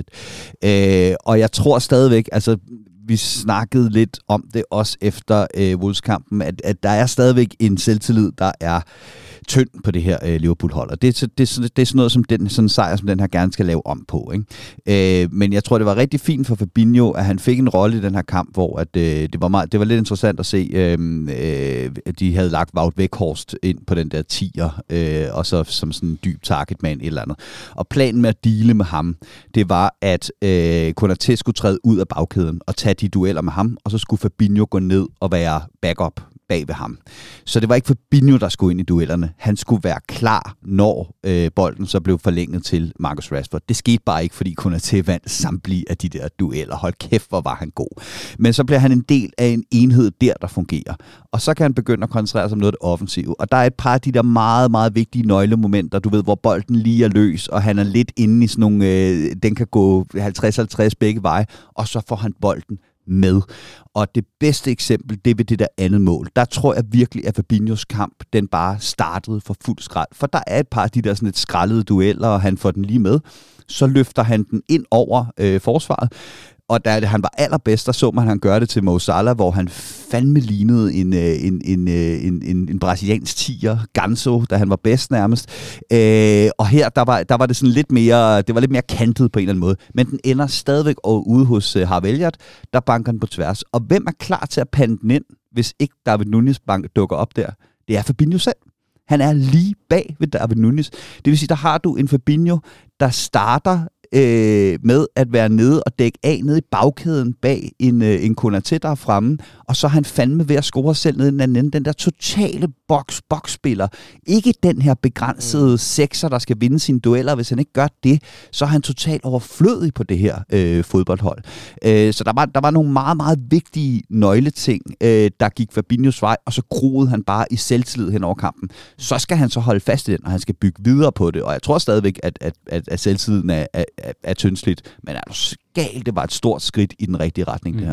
Øh, og jeg tror stadigvæk, altså vi snakkede lidt om det også efter øh, Wolves-kampen, at, at der er stadigvæk en selvtillid, der er tynd på det her øh, Liverpool-hold. Og det, det, det, det er sådan noget, som den, sådan en sejr, som den her gerne skal lave om på. Ikke? Øh, men jeg tror, det var rigtig fint for Fabinho, at han fik en rolle i den her kamp, hvor at, øh, det, var meget, det var lidt interessant at se, øh, øh, at de havde lagt Wout Weghorst ind på den der tier, øh, og så som sådan en dyb targetman et eller andet. Og planen med at deale med ham, det var, at øh, Konaté skulle træde ud af bagkæden og tage de dueller med ham, og så skulle Fabinho gå ned og være backup bag ved ham. Så det var ikke Fabinho, der skulle ind i duellerne. Han skulle være klar, når øh, bolden så blev forlænget til Marcus Rashford. Det skete bare ikke, fordi Konaté vandt samtlige af de der dueller. Hold kæft, hvor var han god. Men så bliver han en del af en enhed der, der fungerer. Og så kan han begynde at koncentrere sig om noget af det offensive. Og der er et par af de der meget, meget vigtige nøglemomenter, du ved, hvor bolden lige er løs, og han er lidt inde i sådan nogle, øh, den kan gå halvtreds halvtreds begge veje, og så får han bolden med. Og det bedste eksempel, det er ved det der andet mål. Der tror jeg virkelig, at Fabinhos kamp, den bare startede for fuld skrald. For der er et par af de der sådan lidt skrællede dueller, og han får den lige med. Så løfter han den ind over øh, forsvaret. Og da han var allerbedst, der så man, at han gør det til Mo Salah, hvor han fandme lignede en, en, en, en, en, en brasiliansk tiger, Ganso, da han var bedst nærmest. Øh, og her, der var, der var det sådan lidt mere, det var lidt mere kantet på en eller anden måde. Men den ender stadigvæk ude hos uh, Harvey Elliott, der banker den på tværs. Og hvem er klar til at pande den ind, hvis ikke David Núñez bank dukker op der? Det er Fabinho selv. Han er lige bag ved David Núñez. Det vil sige, der har du en Fabinho, der starter Øh, med at være nede og dække af nede i bagkæden bag en, øh, en Konaté, der er fremme, og så er han fandme ved at score selv nede i den anden ende. Den der totale box-box-spiller. Ikke den her begrænsede mm. sekser, der skal vinde sine dueller. Hvis han ikke gør det, så er han totalt overflødig på det her øh, fodboldhold. Øh, så der var, der var nogle meget, meget vigtige nøgleting, øh, der gik Fabinhos vej, og så groede han bare i selvtillid hen over kampen. Så skal han så holde fast i den, og han skal bygge videre på det, og jeg tror stadigvæk, at, at, at, at selvtilliden er, er er, er tyndsligt, men er du skalt, det var et stort skridt i den rigtige retning, mm. det her.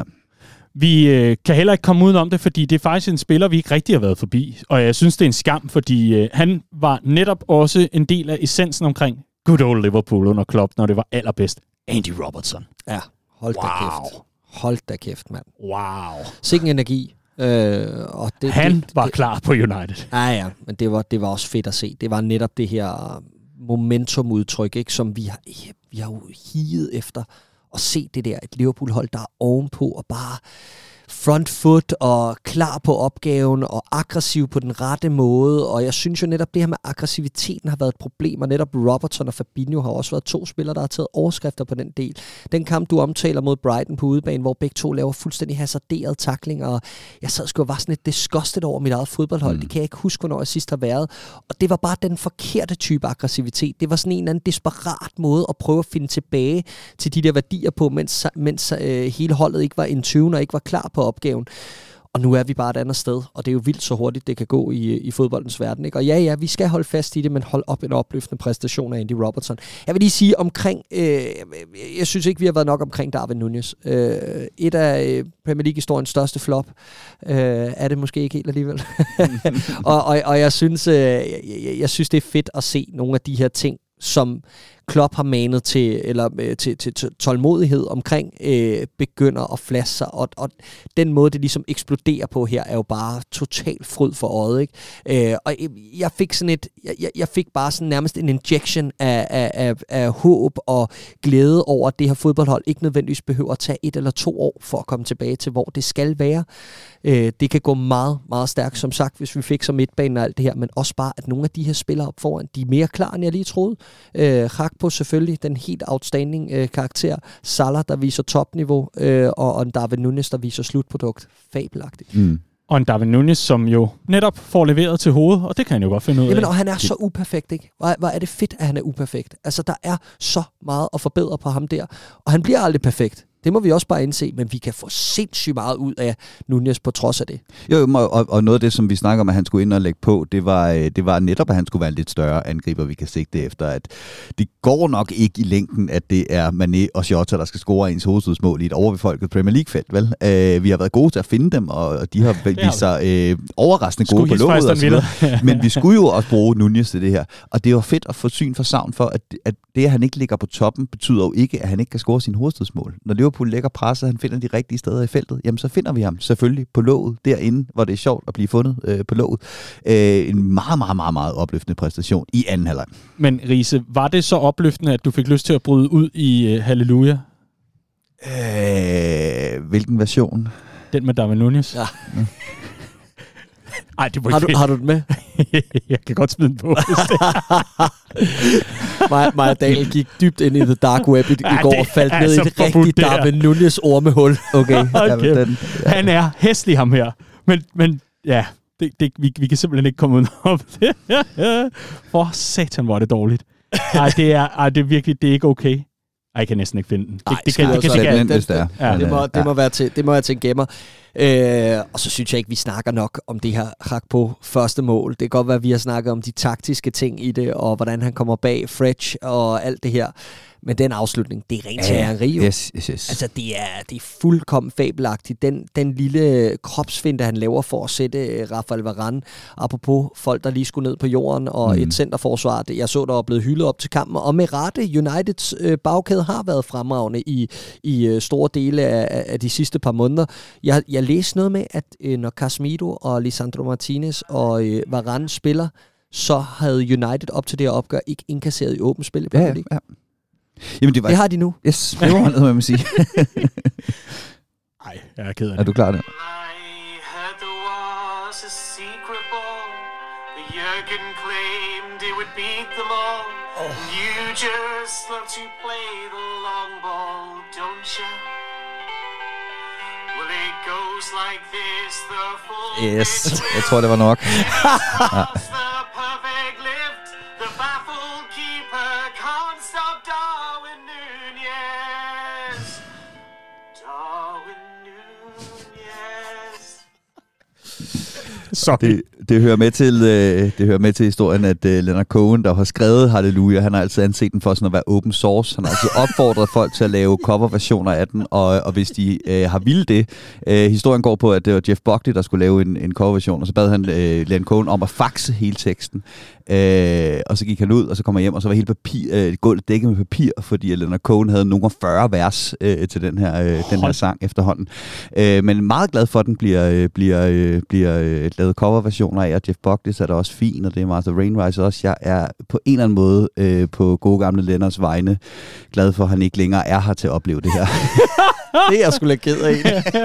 Vi øh, kan heller ikke komme ud om det, fordi det er faktisk en spiller, vi ikke rigtig har været forbi, og jeg synes, det er en skam, fordi øh, han var netop også en del af essensen omkring good old Liverpool under Klopp, når det var allerbedst. Andy Robertson. Ja, hold da wow. kæft. Hold da kæft, mand. Wow. Sikken energi. Øh, og det, han det, var det, klar på United. Ja, ja, men det var, det var også fedt at se. Det var netop det her momentumudtryk, ikke, som vi har, vi har jo higet efter at se det der, et Liverpool-hold, der er ovenpå og bare front foot og klar på opgaven og aggressiv på den rette måde, og jeg synes jo netop det her med aggressiviteten har været et problem, og netop Robertson og Fabinho har også været to spillere, der har taget overskrifter på den del. Den kamp, du omtaler mod Brighton på udebane, hvor begge to laver fuldstændig hasarderede tacklinger, og jeg sad sgu og var sådan lidt disgusted over mit eget fodboldhold. Mm. Det kan jeg ikke huske, hvornår jeg sidst har været. Og det var bare den forkerte type aggressivitet. Det var sådan en eller anden desperat måde at prøve at finde tilbage til de der værdier på, mens, mens øh, hele holdet ikke var in tune og ikke var klar på opgaven. Og nu er vi bare et andet sted, og det er jo vildt så hurtigt, det kan gå i, i fodboldens verden. Ikke? Og ja, ja, vi skal holde fast i det, men hold op en opløftende præstation af Andy Robertson. Jeg vil lige sige omkring, øh, jeg synes ikke, vi har været nok omkring David Núñez. Øh, et af Premier League-historiens største flop, øh, er det måske ikke helt alligevel. og, og, og jeg synes, øh, jeg, jeg synes, det er fedt at se nogle af de her ting, som Klopp har manet til, eller øh, til, til, til tålmodighed omkring, øh, begynder at flaske sig, og, og den måde, det ligesom eksploderer på her, er jo bare totalt fryd for øjet, ikke? Øh, og jeg fik sådan et, jeg, jeg fik bare sådan nærmest en injection af, af, af, af håb og glæde over, at det her fodboldhold ikke nødvendigvis behøver at tage et eller to år for at komme tilbage til, hvor det skal være. Øh, det kan gå meget, meget stærkt, som sagt, hvis vi fik så midtbanen og alt det her, men også bare, at nogle af de her spillere op foran, de er mere klar, end jeg lige troede. Øh, på selvfølgelig den helt outstanding øh, karakter. Salah, der viser topniveau, øh, og, og en David Núñez, der viser slutprodukt. Fabelagtigt. Mm. Og en David Núñez, som jo netop får leveret til hovedet, og det kan han jo godt finde ud af. Jamen, og han er så uperfekt, ikke? Hvor, hvor er det fedt, at han er uperfekt. Altså, der er så meget at forbedre på ham der, og han bliver aldrig perfekt. Det må vi også bare indse, men vi kan få sindssygt meget ud af Nunez på trods af det. Jo, og, og noget af det, som vi snakker om, at han skulle ind og lægge på, det var, det var netop, at han skulle være en lidt større angriber, vi kan sigte efter. At det går nok ikke i længden, at det er Mané og Jota, der skal score ens hovedstødsmål i et overbefolket Premier League-felt, vel? Uh, vi har været gode til at finde dem, og de har vist sig uh, overraskende gode på låget og så videre. Men vi skulle jo også bruge Nunez til det her. Og det var fedt at få syn for savn for, at, at det, at han ikke ligger på toppen, betyder jo ikke, at han ikke kan score sine hovedstødsmål. Når Liverpool lægger presset, han finder de rigtige steder i feltet, jamen så finder vi ham selvfølgelig på låget, derinde, hvor det er sjovt at blive fundet øh, på låget. Øh, en meget, meget, meget, meget opløftende præstation i anden halvleg. Men Riese, var det så opløftende, at du fik lyst til at bryde ud i uh, Halleluja? Øh, hvilken version? Den med Darwin Nunez? Ja. Ej, det var har, du, har du den med? Jeg kan godt smide den på. Mig og Daniel gik dybt ind i the dark web i, ja, i går og faldt ned i et rigtigt Darwin Nunez ormehul. Okay. Okay. Ja, den, ja. Han er hæslig, ham her. Men, men ja, det, det, vi, vi kan simpelthen ikke komme ud om det. For satan, hvor er det dårligt. Ej, det er, ej, det er virkelig, det er ikke okay. Ej, jeg kan næsten ikke finde den. Det, Ej, det kan, det kan sikkert den, det, det, ja. det, må, det, ja. må være til, det må være til en gemmer. Øh, og så synes jeg ikke, vi snakker nok om det her Gakpo første mål. Det kan godt være, at vi har snakket om de taktiske ting i det, og hvordan han kommer bag Fretch og alt det her. Men den afslutning, det er rent terrori. Yes, yes, yes. Altså, det er, det er fuldkommen fabelagtigt. Den, den lille kropsfinte, han laver for at sætte Rafael Varane, apropos folk, der lige skulle ned på jorden, og mm. et centerforsvar. Det, jeg så, der var blevet hyldet op til kampen. Og med rette, Uniteds øh, bagkæde har været fremragende i, i øh, store dele af, af de sidste par måneder. Jeg, jeg læste noget med, at øh, når Casemiro og Lisandro Martinez og øh, Varane spiller, så havde United op til det her opgør ikke indkasseret i åbent spil i Premier League. Ja, ja. Jamen, det, var... det har de nu. Yes, det var noget, må man sige. Ej, jeg er ked af det. Er du klar der? Jürgen claimed it would beat them all. Oh. You just love to play the long ball, don't you? Well, it goes like this, the full yes, jeg tror, det var nok. Ja. The baffled keeper can't stop Darwin Nunez. Darwin Nunez. Sorry. Det, det hører med til øh, det hører med til historien, at øh, Leonard Cohen, der har skrevet Halleluja, han har altid anset den for sådan at være open source. Han har altid opfordret folk til at lave coverversioner af den, og, og hvis de øh, har ville det, øh, historien går på, at det var Jeff Buckley, der skulle lave en, en coverversion, og så bad han øh, Leonard Cohen om at faxe hele teksten. Øh, og så gik han ud, og så kom han hjem, og så var hele papir, øh, gulvet dækket med papir, fordi Leonard Cohen havde nogle fyrre vers øh, til den her, øh, den her sang efterhånden. Øh, men meget glad for, at den bliver, øh, bliver, øh, bliver øh, lavet coverversioner af, og Jeff Buckley så er det også fint, og det er Martha Wainwright også. Jeg er på en eller anden måde øh, på gode gamle Lennarts vegne glad for, at han ikke længere er her til at opleve det her. Det er jeg sgu lidt ked af.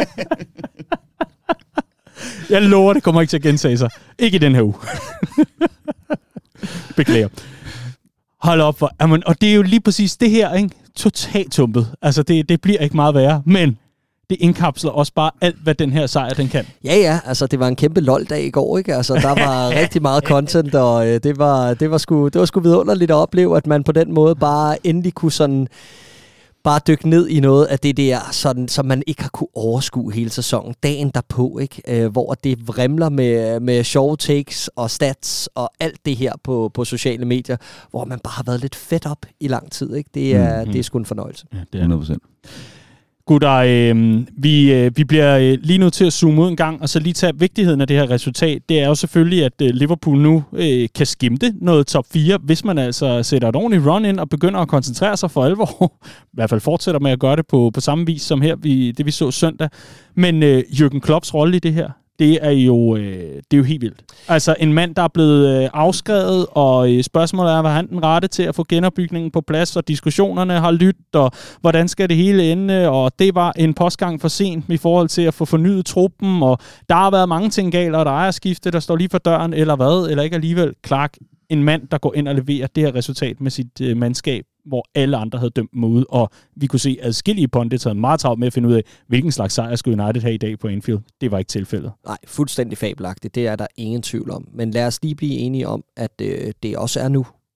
Jeg lover, det kommer ikke til at gentage sig. Ikke i den her uge. Beklager. Hold op for. Jamen, og det er jo lige præcis det her, ikke? Totalt tumpet. Altså, det, det bliver ikke meget værre, men det indkapsler også bare alt, hvad den her sejr, den kan. Ja, ja. Altså, det var en kæmpe lol-dag i går, ikke? Altså, der var rigtig meget content, og øh, det var, det var sgu, det var sgu vidunderligt at opleve, at man på den måde bare endelig kunne sådan bare dykke ned i noget af det der, sådan, som man ikke har kunne overskue hele sæsonen. Dagen derpå, ikke? Øh, hvor det vrimler med, med sjove takes og stats og alt det her på, på sociale medier, hvor man bare har været lidt fedt op i lang tid. Ikke? Det, er, mm-hmm. det er sgu en fornøjelse. Ja, det er hundrede procent. Gutter, øh, vi, øh, vi bliver øh, lige nødt til at zoome ud en gang, og så lige tage vigtigheden af det her resultat. Det er jo selvfølgelig, at øh, Liverpool nu øh, kan skimte noget top fire, hvis man altså sætter et ordentligt run ind og begynder at koncentrere sig for alvor. I hvert fald fortsætter med at gøre det på, på samme vis som her, vi, det vi så søndag. Men øh, Jürgen Klopps rolle i det her, det er jo øh, det er jo helt vildt. Altså en mand, der er blevet øh, afskrevet, og øh, spørgsmålet er, var han den rette til at få genopbygningen på plads, og diskussionerne har lyttet, og hvordan skal det hele ende, og det var en postgang for sent i forhold til at få fornyet truppen, og der har været mange ting galt, og der er ejerskifte, der står lige for døren, eller hvad, eller ikke alligevel. Clark, en mand, der går ind og leverer det her resultat med sit øh, mandskab, hvor alle andre havde dømt dem ud, og vi kunne se, at adskillige pundits havde meget travlt med at finde ud af, hvilken slags sejr skulle United have i dag på Anfield. Det var ikke tilfældet. Nej, fuldstændig fabelagtigt. Det er der ingen tvivl om. Men lad os lige blive enige om, at øh, det også er nu.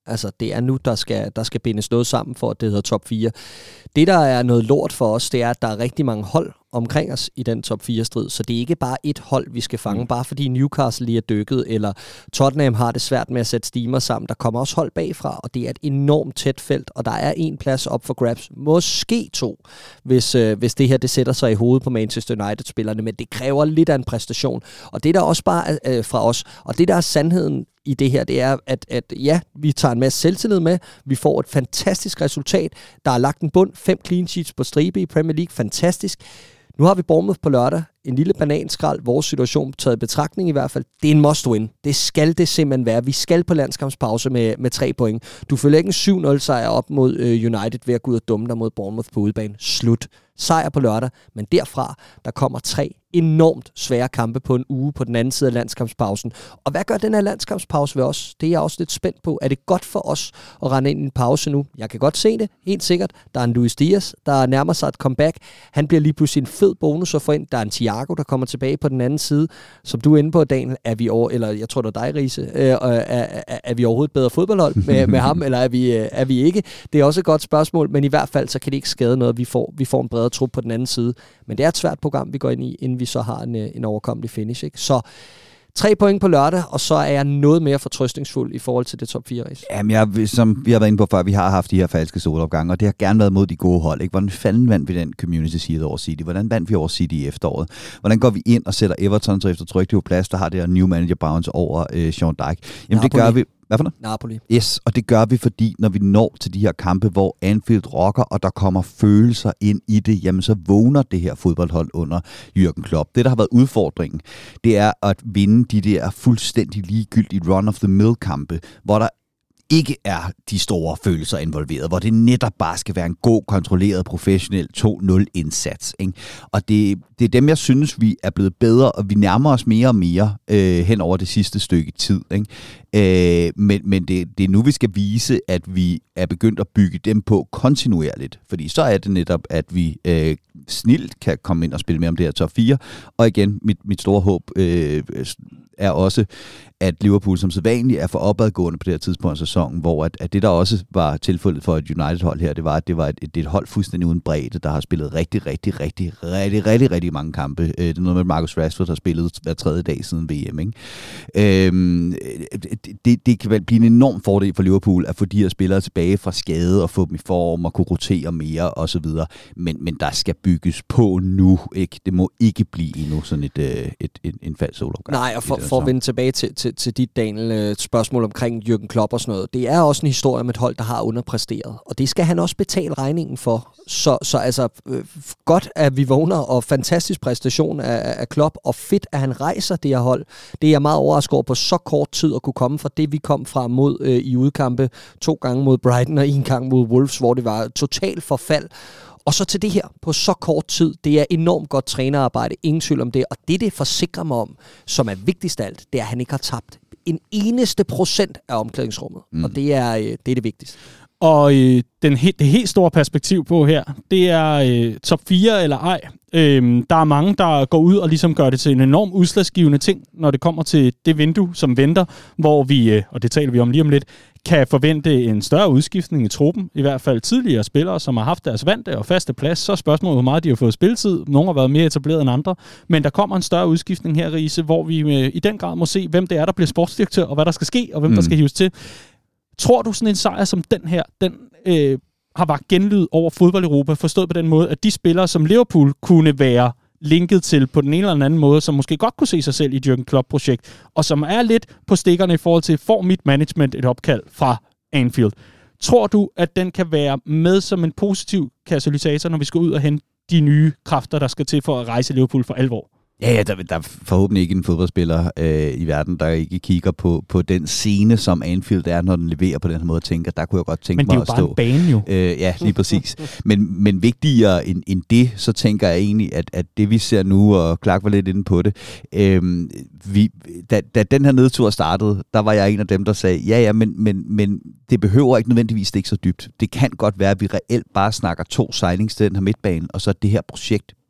Altså, det er nu, der skal, der skal bindes noget sammen for, at det hedder top fire. Det, der er noget lort for os, det er, at der er rigtig mange hold omkring os i den top fire-strid, så det er ikke bare et hold, vi skal fange, mm. bare fordi Newcastle lige er dykket, eller Tottenham har det svært med at sætte stimer sammen. Der kommer også hold bagfra, og det er et enormt tæt felt, og der er en plads op for grabs, måske to, hvis, øh, hvis det her det sætter sig i hovedet på Manchester United-spillerne, men det kræver lidt af en præstation, og det der også bare øh, fra os, og det der er sandheden i det her, det er, at, at ja, vi tager en masse selvtillid med, vi får et fantastisk resultat, der er lagt en bund, fem clean sheets på stribe i Premier League, fantastisk. Nu har vi Bournemouth på lørdag, en lille bananskrald, vores situation taget i betragtning i hvert fald, det er en must win. Det skal det simpelthen være. Vi skal på landskampspause med, med tre point. Du følger ikke en syv nul sejr op mod øh, United ved at gå ud og dumme dig mod Bournemouth på udebane. Slut. Sejr på lørdag, men derfra, der kommer tre enormt svære kampe på en uge på den anden side af landskampspausen. Og hvad gør den her landskampspause ved os? Det er jeg også lidt spændt på. Er det godt for os at rende ind i en pause nu? Jeg kan godt se det, helt sikkert. Der er en Luis Diaz, der nærmer sig et comeback. Han bliver lige pludselig en fed bonus at få ind. Der er en Thiago, der kommer tilbage på den anden side. Som du er inde på, Daniel, er vi over, eller jeg tror, det er dig, Riese, øh, er, er, er vi overhovedet bedre fodboldhold med, med ham, eller er vi, er vi ikke? Det er også et godt spørgsmål, men i hvert fald, så kan det ikke skade noget, vi får, vi får en bredere trup på den anden side. Men det er et svært program, vi går ind i, inden vi så har en, en overkommelig finish. Ikke? Så tre point på lørdag, og så er jeg noget mere fortrøstningsfuld i forhold til det top fire race. Jamen, jeg, som vi har været inde på før, vi har haft de her falske solopgange, og det har gerne været mod de gode hold. Ikke? Hvordan fanden vandt vi den Community Shield over City? Hvordan vandt vi over City i efteråret? Hvordan går vi ind og sætter Everton så efter tryk på plads, der har det her new manager bounce over øh, Sean Dyche? Jamen, Napoli. det gør vi... Hvad for noget? Napoli. Yes, og det gør vi, fordi når vi når til de her kampe, hvor Anfield rocker, og der kommer følelser ind i det, jamen så vågner det her fodboldhold under Jürgen Klopp. Det, der har været udfordringen, det er at vinde de der fuldstændig ligegyldige run-of-the-mill-kampe, hvor der ikke er de store følelser involveret, hvor det netop bare skal være en god, kontrolleret, professionel to nul indsats. Ikke? Og det, det er dem, jeg synes, vi er blevet bedre, og vi nærmer os mere og mere øh, hen over det sidste stykke tid. Ikke? Øh, men men det, det er nu, vi skal vise, at vi er begyndt at bygge dem på kontinuerligt, fordi så er det netop, at vi øh, snilt kan komme ind og spille med om det her top fire. Og igen, mit, mit store håb øh, er også, at Liverpool som sædvanligt er for opadgående på det her tidspunkt af sæsonen, hvor at, at det der også var tilfældet for et United-hold her, det var, at det var et, et, et hold fuldstændig uden bredde, der har spillet rigtig, rigtig, rigtig, rigtig, rigtig, rigtig mange kampe. Det er noget med, Marcus Rashford har spillet hver tredje dag siden V M. Ikke? Øhm, det, det kan vel blive en enorm fordel for Liverpool at få de her spillere tilbage fra skade og få dem i form og kunne rotere mere osv. Men, men der skal bygges på nu. Ikke? Det må ikke blive endnu sådan et, et, et, et, en falsk solopgang. Nej, og for, for at vende tilbage til, til, til dit, Daniel, et spørgsmål omkring Jürgen Klopp og sådan noget. Det er også en historie om et hold, der har underpræsteret, og det skal han også betale regningen for. Så, så altså, øh, godt at vi vågner, og fantastisk præstation af, af Klopp, og fedt, at han rejser det her hold. Det er jeg meget overrasket over på så kort tid at kunne komme fra det, vi kom fra mod øh, i udkampe, to gange mod Brighton og en gang mod Wolves, hvor det var total forfald. Og så til det her på så kort tid, det er enormt godt trænerarbejde, ingen tvivl om det. Og det, det forsikrer mig om, som er vigtigst af alt, det er, at han ikke har tabt en eneste procent af omklædningsrummet. Mm. Og det er, det er det vigtigste. Og øh, den he- det helt store perspektiv på her, det er øh, top fire eller ej. Øhm, der er mange, der går ud og ligesom gør det til en enorm udslagsgivende ting, når det kommer til det vindue, som venter, hvor vi, øh, og det taler vi om lige om lidt, kan forvente en større udskiftning i truppen, i hvert fald tidligere spillere, som har haft deres vante og faste plads. Så er spørgsmålet, hvor meget de har fået spilletid. Nogle har været mere etableret end andre, men der kommer en større udskiftning her, Riese, hvor vi øh, i den grad må se, hvem det er, der bliver sportsdirektør, og hvad der skal ske, og hvem mm. der skal hives til. Tror du sådan en sejr som den her, den øh, har vagt genlyd over fodbold-Europa, forstået på den måde, at de spillere, som Liverpool kunne være linket til på den ene eller anden måde, som måske godt kunne se sig selv i Jürgen Klopp-projekt, og som er lidt på stikkerne i forhold til, får mit management et opkald fra Anfield. Tror du, at den kan være med som en positiv katalysator, når vi skal ud og hente de nye kræfter, der skal til for at rejse Liverpool for alvor? Ja, ja der, der er forhåbentlig ikke en fodboldspiller øh, i verden, der ikke kigger på, på den scene, som Anfield er, når den leverer på den her måde, og tænker, der kunne jeg godt tænke mig at stå. Men det er jo bare en bane jo. Øh, ja, lige præcis. men, men vigtigere end, end det, så tænker jeg egentlig, at, at det vi ser nu, og Clark var lidt inde på det, øh, vi, da, da den her nedtur startede, der var jeg en af dem, der sagde, ja, ja, men, men, men det behøver ikke nødvendigvis det ikke så dybt. Det kan godt være, at vi reelt bare snakker to signings til den her midtbane, og så det her projekt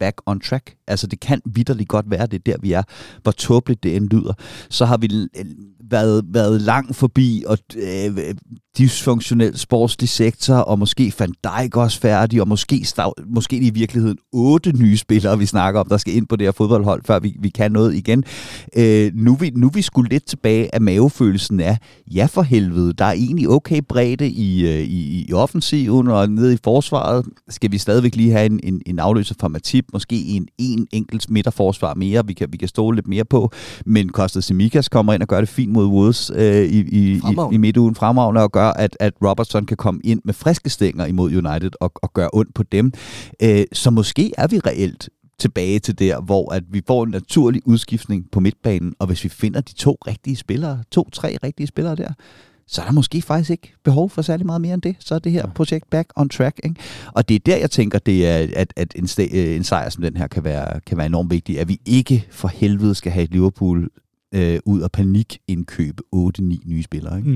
back on track. Altså, det kan vitterligt godt være, det er der, vi er. Hvor tåbeligt det end lyder. Så har vi været, været langt forbi og øh, dysfunktionel sportslig sektor, og måske Van Dijk også færdig, og måske, stav, måske i virkeligheden otte nye spillere, vi snakker om, der skal ind på det her fodboldhold, før vi, vi kan noget igen. Øh, nu, vi, nu vi skulle lidt tilbage af mavefølelsen af, ja for helvede, der er egentlig okay bredde i, i, i offensiven og nede i forsvaret. Skal vi stadigvæk lige have en, en, en afløser for Matip, måske en, en enkelt midterforsvar mere, vi kan, vi kan stole lidt mere på, men Kostas Tsimikas kommer ind og gør det fint mod Woods øh, i, i, i, i midtugen fremragende, og gør, at, at Robertson kan komme ind med friske stænger imod United og, og gøre ondt på dem. Øh, så måske er vi reelt tilbage til der, hvor at vi får en naturlig udskiftning på midtbanen, og hvis vi finder de to rigtige spillere, to-tre rigtige spillere der, så er der måske faktisk ikke behov for særlig meget mere end det. Så er det her projekt back on track, ikke? Og det er der, jeg tænker, det er, at, at en, st- en sejr som den her kan være, kan være enormt vigtig, at vi ikke for helvede skal have et Liverpool øh, ud af panik indkøbe otte ni nye spillere, ikke? Mm.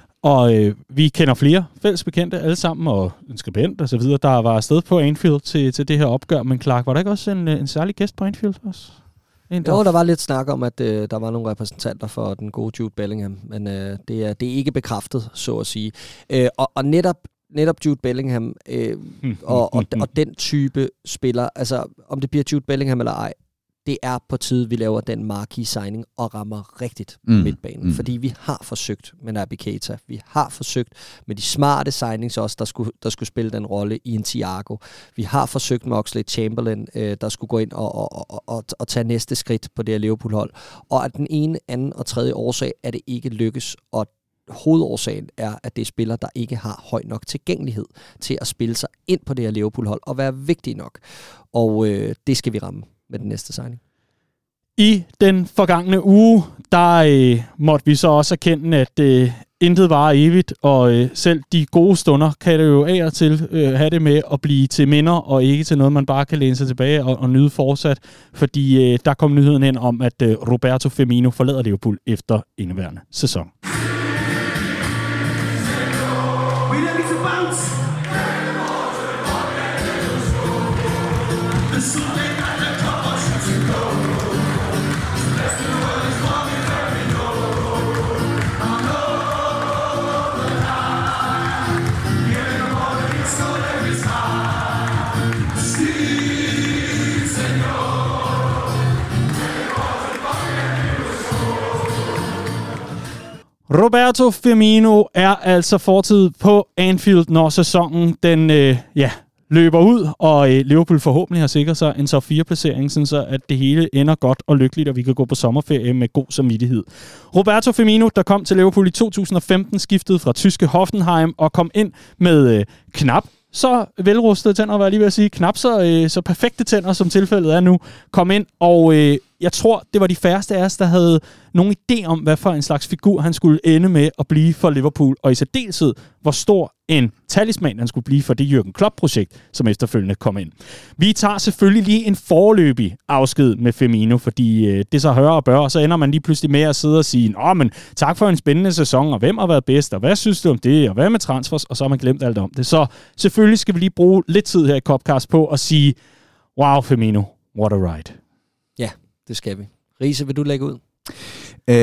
Og øh, vi kender flere fælles bekendte alle sammen, og en skribent og så videre, der var afsted på Anfield til, til det her opgør. Men Clark, var der ikke også en, en særlig gæst på Anfield også? En, der... Jo, der var lidt snak om, at øh, der var nogle repræsentanter for den gode Jude Bellingham, men øh, det, er, det er ikke bekræftet, så at sige. Øh, og, og netop, netop Jude Bellingham øh, mm, og, og, og den type spiller, altså om det bliver Jude Bellingham eller ej, det er på tide, vi laver den marquee signing og rammer rigtigt mm. midtbanen. Mm. Fordi vi har forsøgt med Naby Keita. Vi har forsøgt med de smarte signings også, der skulle, der skulle spille den rolle i en Thiago. Vi har forsøgt med Oxlade-Chamberlain, øh, der skulle gå ind og, og, og, og, og tage næste skridt på det her Liverpool-hold. Og at den ene, anden og tredje årsag er det ikke lykkes, og hovedårsagen er, at det er spillere, der ikke har høj nok tilgængelighed til at spille sig ind på det her Liverpool-hold og være vigtige nok. Og øh, det skal vi ramme med den næste signing. I den forgangne uge, der øh, måtte vi så også erkende, at øh, intet varer evigt, og øh, selv de gode stunder kan det jo af og til øh, have det med at blive til minder, og ikke til noget, man bare kan læne sig tilbage og, og nyde fortsat, fordi øh, der kom nyheden ind om, at øh, Roberto Firmino forlader Liverpool efter indeværende sæson. Roberto Firmino er altså fortid på Anfield, når sæsonen den, øh, ja, løber ud, og øh, Liverpool forhåbentlig har sikret sig en top fire placering, sådan så at det hele ender godt og lykkeligt, og vi kan gå på sommerferie med god samvittighed. Roberto Firmino, der kom til Liverpool i to tusind og femten, skiftede fra tyske Hoffenheim og kom ind med øh, knap så velrustede tænder, var jeg lige ved at sige, knap så, øh, så perfekte tænder, som tilfældet er nu, kom ind, og øh, jeg tror, det var de færreste af os, der havde nogen idé om, hvad for en slags figur han skulle ende med at blive for Liverpool, og i særdeleshed, hvor stor en talisman han skulle blive for det Jürgen Klopp-projekt, som efterfølgende kom ind. Vi tager selvfølgelig lige en foreløbig afsked med Firmino, fordi øh, det så hører og bør, og så ender man lige pludselig med at sidde og sige, nå, men tak for en spændende sæson, og hvem har været bedst, og hvad synes du om det, og hvad med transfers, og så har man glemt alt om det. Så selvfølgelig skal vi lige bruge lidt tid her i Copcast på at sige, wow, Firmino, what a ride. Ja, det skal vi. Riese, vil du lægge ud? Øh,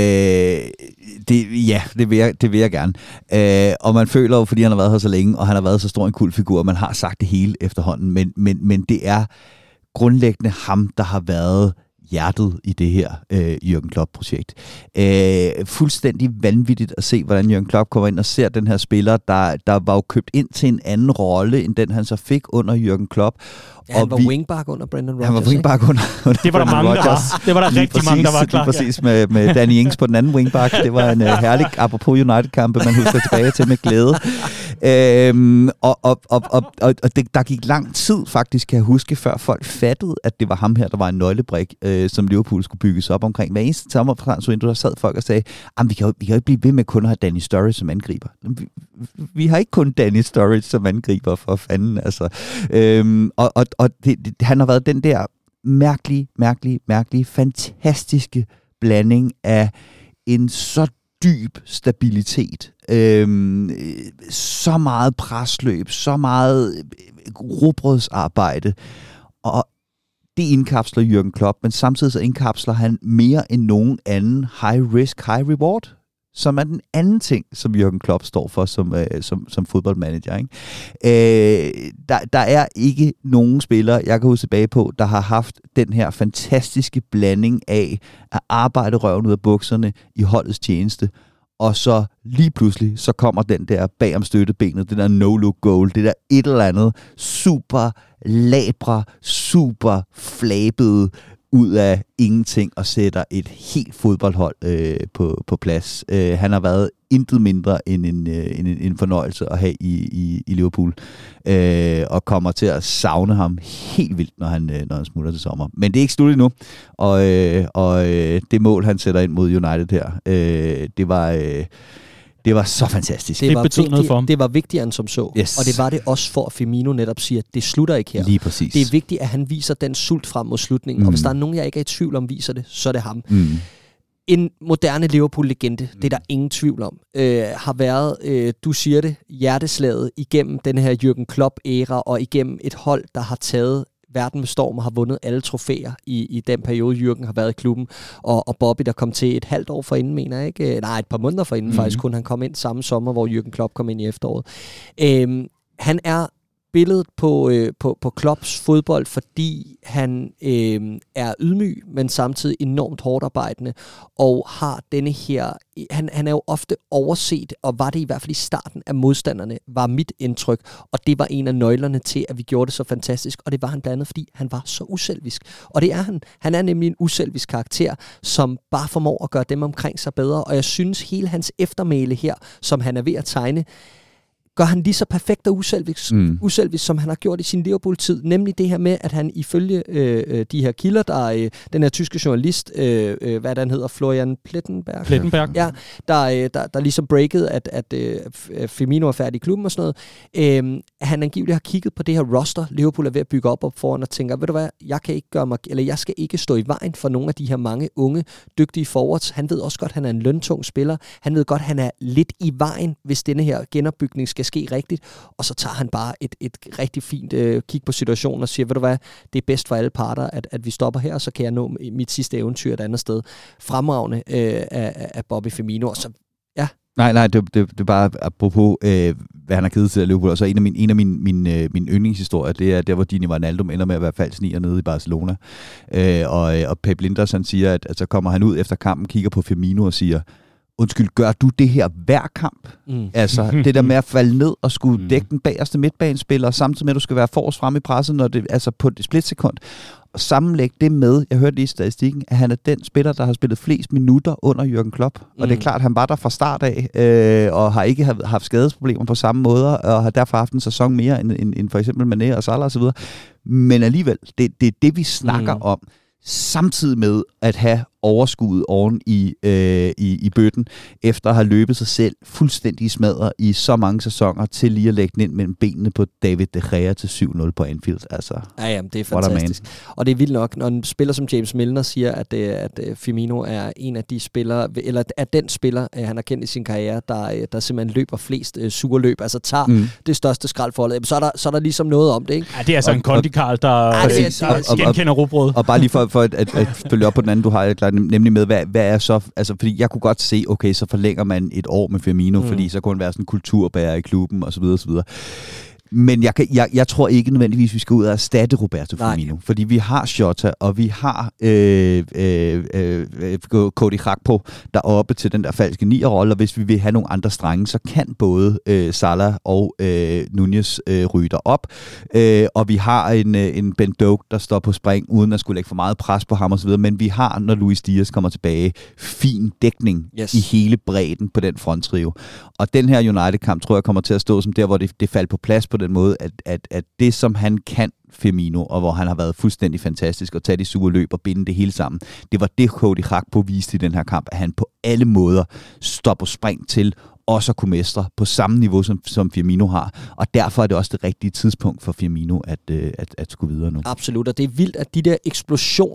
det, ja, det vil jeg, det vil jeg gerne. Øh, og man føler jo, fordi han har været her så længe, og han har været så stor en kultfigur, og man har sagt det hele efterhånden, men, men, men det er grundlæggende ham, der har været hjertet i det her øh, Jürgen Klopp-projekt. Øh, fuldstændig vanvittigt at se, hvordan Jürgen Klopp kommer ind og ser den her spiller, der, der var jo købt ind til en anden rolle, end den han så fik under Jürgen Klopp. Ja, han og var vi, wingback under Brendan Rodgers. Han var wingback under, under Det var der mange, der var. Det var der rigtig præcis, mange, der var klar. Lige præcis med, med Danny Ings på den anden wingback. Det var en uh, herlig, apropos United-kampe, man husker tilbage til med glæde. Øhm, og og, og, og, og det, der gik lang tid faktisk, kan jeg huske, før folk fattede, at det var ham her, der var en nøglebrik, øh, som Liverpool skulle bygges op omkring. Hver eneste sommertransfervindue, der sad folk og sagde, vi kan, jo, vi kan jo ikke blive ved med kun at have Danny Sturridge som angriber. Vi, vi har ikke kun Danny Sturridge som angriber, for fanden. Altså. Øhm, og og, og det, det, han har været den der mærkelige, mærkelige, mærkelige, fantastiske blanding af en så dyb stabilitet, øhm, så meget presløb, så meget rugbrødsarbejde, og det indkapsler Jürgen Klopp, men samtidig så indkapsler han mere end nogen anden high risk, high reward, som er den anden ting, som Jürgen Klopp står for som, øh, som, som fodboldmanager. Ikke? Øh, der, der er ikke nogen spillere, jeg kan huske tilbage på, der har haft den her fantastiske blanding af at arbejde røven ud af bukserne i holdets tjeneste, og så lige pludselig, så kommer den der bag om støttebenet, det der no-look goal, det der et eller andet super labre, super flabede ud af ingenting og sætter et helt fodboldhold øh, på, på plads. Øh, han har været intet mindre end en, øh, en, en fornøjelse at have i, i, i Liverpool, øh, og kommer til at savne ham helt vildt, når han, øh, når han smutter til sommer. Men det er ikke slut endnu, og, øh, og øh, det mål, han sætter ind mod United her, øh, det var... Øh, Det var så fantastisk. Det, det var betød noget for ham. Det var vigtigere end som så. Yes. Og det var det også for, at Firmino netop siger, at det slutter ikke her. Lige præcis. Det er vigtigt, at han viser den sult frem mod slutningen. Mm. Og hvis der er nogen, jeg ikke er i tvivl om, viser det, så er det ham. Mm. En moderne Liverpool-legende, mm. det er der ingen tvivl om, øh, har været, øh, du siger det, hjerteslaget igennem den her Jürgen Klopp-æra, og igennem et hold, der har taget verden med storm og har vundet alle trofæer i, i den periode, Jürgen har været i klubben. Og, og Bobby, der kom til et halvt år forinden, mener jeg ikke? Nej, et par måneder forinden mm. faktisk, kun han kom ind samme sommer, hvor Jürgen Klopp kom ind i efteråret. Øhm, han er billedet på, øh, på, på Klopps fodbold, fordi han øh, er ydmyg, men samtidig enormt hårdt arbejdende, og har denne her... Han, han er jo ofte overset, og var det i hvert fald i starten af modstanderne, var mit indtryk, og det var en af nøglerne til, at vi gjorde det så fantastisk, og det var han blandt andet, fordi han var så uselvisk. Og det er han. Han er nemlig en uselvisk karakter, som bare formår at gøre dem omkring sig bedre, og jeg synes, hele hans eftermæle her, som han er ved at tegne, gør han lige så perfekt og uselvisk, mm. uselvisk, som han har gjort i sin Liverpool-tid. Nemlig det her med, at han ifølge øh, de her kilder, der er øh, den her tyske journalist, øh, øh, hvad den hedder, Florian Plettenberg, Plettenberg. Ja, der, øh, der, der ligesom breakede, at, at øh, Firmino er færdig i klubben og sådan noget. Øh, han angiveligt har kigget på det her roster, Liverpool er ved at bygge op op foran, og tænker, ved du hvad, jeg kan ikke gøre mig, eller jeg skal ikke stå i vejen for nogle af de her mange unge, dygtige forwards. Han ved også godt, at han er en løntung spiller. Han ved godt, at han er lidt i vejen, hvis denne her genopbygning skal ske rigtigt, og så tager han bare et, et rigtig fint øh, kig på situationen og siger, ved du hvad, det er bedst for alle parter, at, at vi stopper her, og så kan jeg nå mit sidste eventyr et andet sted. Fremragende øh, af, af Bobby Firmino, og så, ja. Nej, nej, det, det, det er bare apropos, øh, hvad han har givet til at Liverpool, og så en af mine, en af mine, mine, øh, mine yndlingshistorier, det er der, hvor Dini Wijnaldum ender med at være falsk nier nede i Barcelona, øh, og, og Pep Linders, han siger, at, at så kommer han ud efter kampen, kigger på Firmino og siger, undskyld, gør du det her hver kamp? Mm. Altså, det der med at falde ned og skulle dække den bagerste midtbanespiller, samtidig med, at du skal være forrest frem i presset, når det, altså på et splitsekund. Og sammenlæg det med, jeg hørte lige i statistikken, at han er den spiller, der har spillet flest minutter under Jürgen Klopp. Mm. Og det er klart, at han var der fra start af, øh, og har ikke haft skadesproblemer på samme måde, og har derfor haft en sæson mere end, end, end for eksempel Mané og Salah osv. Men alligevel, det, det er det, vi snakker mm. om, samtidig med at have overskuddet oven i, øh, i, i bøtten, efter at have løbet sig selv fuldstændig smadret i så mange sæsoner, til lige at lægge den ind mellem benene på David De Gea til syv nul på Anfield. Altså, ja, jamen, det er fantastisk. Og det er vildt nok, når en spiller som James Milner siger, at, at Firmino er en af de spillere, eller er den spiller, han har kendt i sin karriere, der, der simpelthen løber flest uh, sure løb, altså tager mm. det største skrald for det. Så er, der, så er der ligesom noget om det, ikke? Ja, det er altså og, en kondikarl, der ja, genkender rugbrød. Og bare lige for, for at, at, at følge op på den anden, du har klart, nemlig med, hvad, hvad er så, altså fordi jeg kunne godt se, okay, så forlænger man et år med Firmino, mm. fordi så kunne han være sådan en kulturbærer i klubben, og så videre, og så videre. Men jeg, kan, jeg, jeg tror ikke nødvendigvis, vi skal ud og erstatte Roberto Nej. Firmino, fordi vi har Jota, og vi har øh, øh, øh, Cody Gakpo, der er oppe til den der falske nier-rolle, og hvis vi vil have nogle andre strenge, så kan både øh, Salah og øh, Nunez øh, ryge derop, øh, og vi har en, øh, en Ben Doak, der står på spring, uden at skulle lægge for meget pres på ham osv., men vi har, når Luis Diaz kommer tilbage, fin dækning yes. i hele bredden på den fronttrio. Og den her United-kamp, tror jeg, kommer til at stå som der, hvor det, det faldt på plads på den måde, at, at, at det, som han kan, Firmino, og hvor han har været fuldstændig fantastisk, og tage de sure løb og binde det hele sammen, det var det, Cody Gakpo viste i den her kamp, at han på alle måder stopper spring til, også at kunne mestre på samme niveau, som, som Firmino har. Og derfor er det også det rigtige tidspunkt for Firmino at, at, at skulle videre nu. Absolut, og det er vildt, at de der eksplosioner